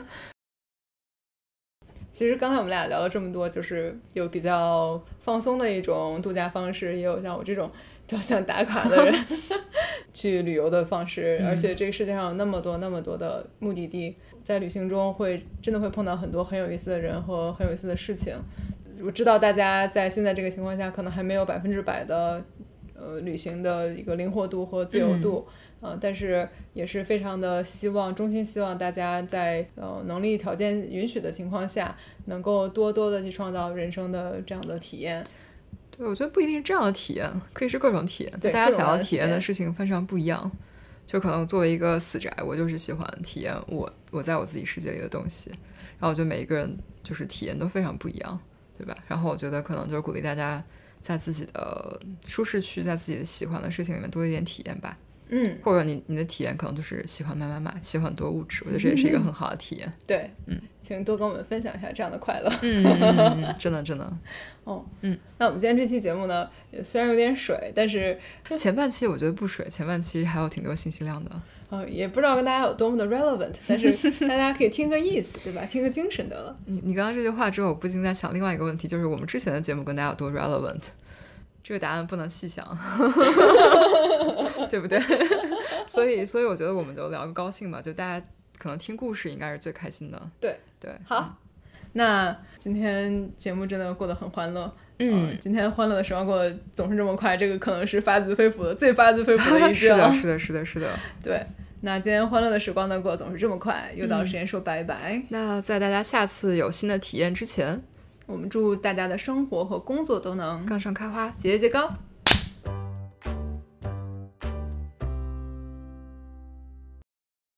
其实刚才我们俩聊了这么多，就是有比较放松的一种度假方式，也有像我这种比较想打卡的人去旅游的方式、嗯、而且这个世界上有那么多那么多的目的地，在旅行中会真的会碰到很多很有意思的人和很有意思的事情。我知道大家在现在这个情况下可能还没有百分之百的呃旅行的一个灵活度和自由度、嗯呃、但是也是非常的希望衷心希望大家在呃能力条件允许的情况下能够多多的去创造人生的这样的体验。 对，我觉得不一定是这样的体验，可以是各种体验， 对， 大家想要体验的事情非常不一样。就可能作为一个死宅，我就是喜欢体验我我在我自己世界里的东西，然后我觉得每一个人就是体验都非常不一样，对吧？然后我觉得可能就是鼓励大家在自己的舒适区，在自己的喜欢的事情里面多一点体验吧。 嗯， 或者你你的体验可能就是喜欢买买买，喜欢多物质，我觉得这也是一个很好的体验。 对， 嗯， 请多跟我们分享一下这样的快乐。 嗯, 嗯真的真的。 哦， 嗯， 那我们今天这期节目呢，虽然有点水，但是前半期我觉得不水，前半期还有挺多信息量的。 呃，也不知道跟大家有多么的 relevant， 但是大家可以听个意思，对吧？听个精神得了。 你你刚刚这句话之后，我不禁在想另外一个问题，就是我们之前的节目跟大家有多 relevant？ 这个答案不能细想，对不对？所以所以我觉得我们就聊个高兴吧，就大家可能听故事应该是最开心的。 对对， 好、嗯，那今天节目真的过得很欢乐。 嗯、呃， 今天欢乐的时光过得总是这么快，这个可能是发自肺腑的最发自肺腑的一句了。 是的是的是的是的。 对，那今天欢乐的时光呢过得总是这么快，又到时间说拜拜、嗯、 那在大家下次有新的体验之前， 我们祝大家的生活和工作都能杠上开花， 节节高。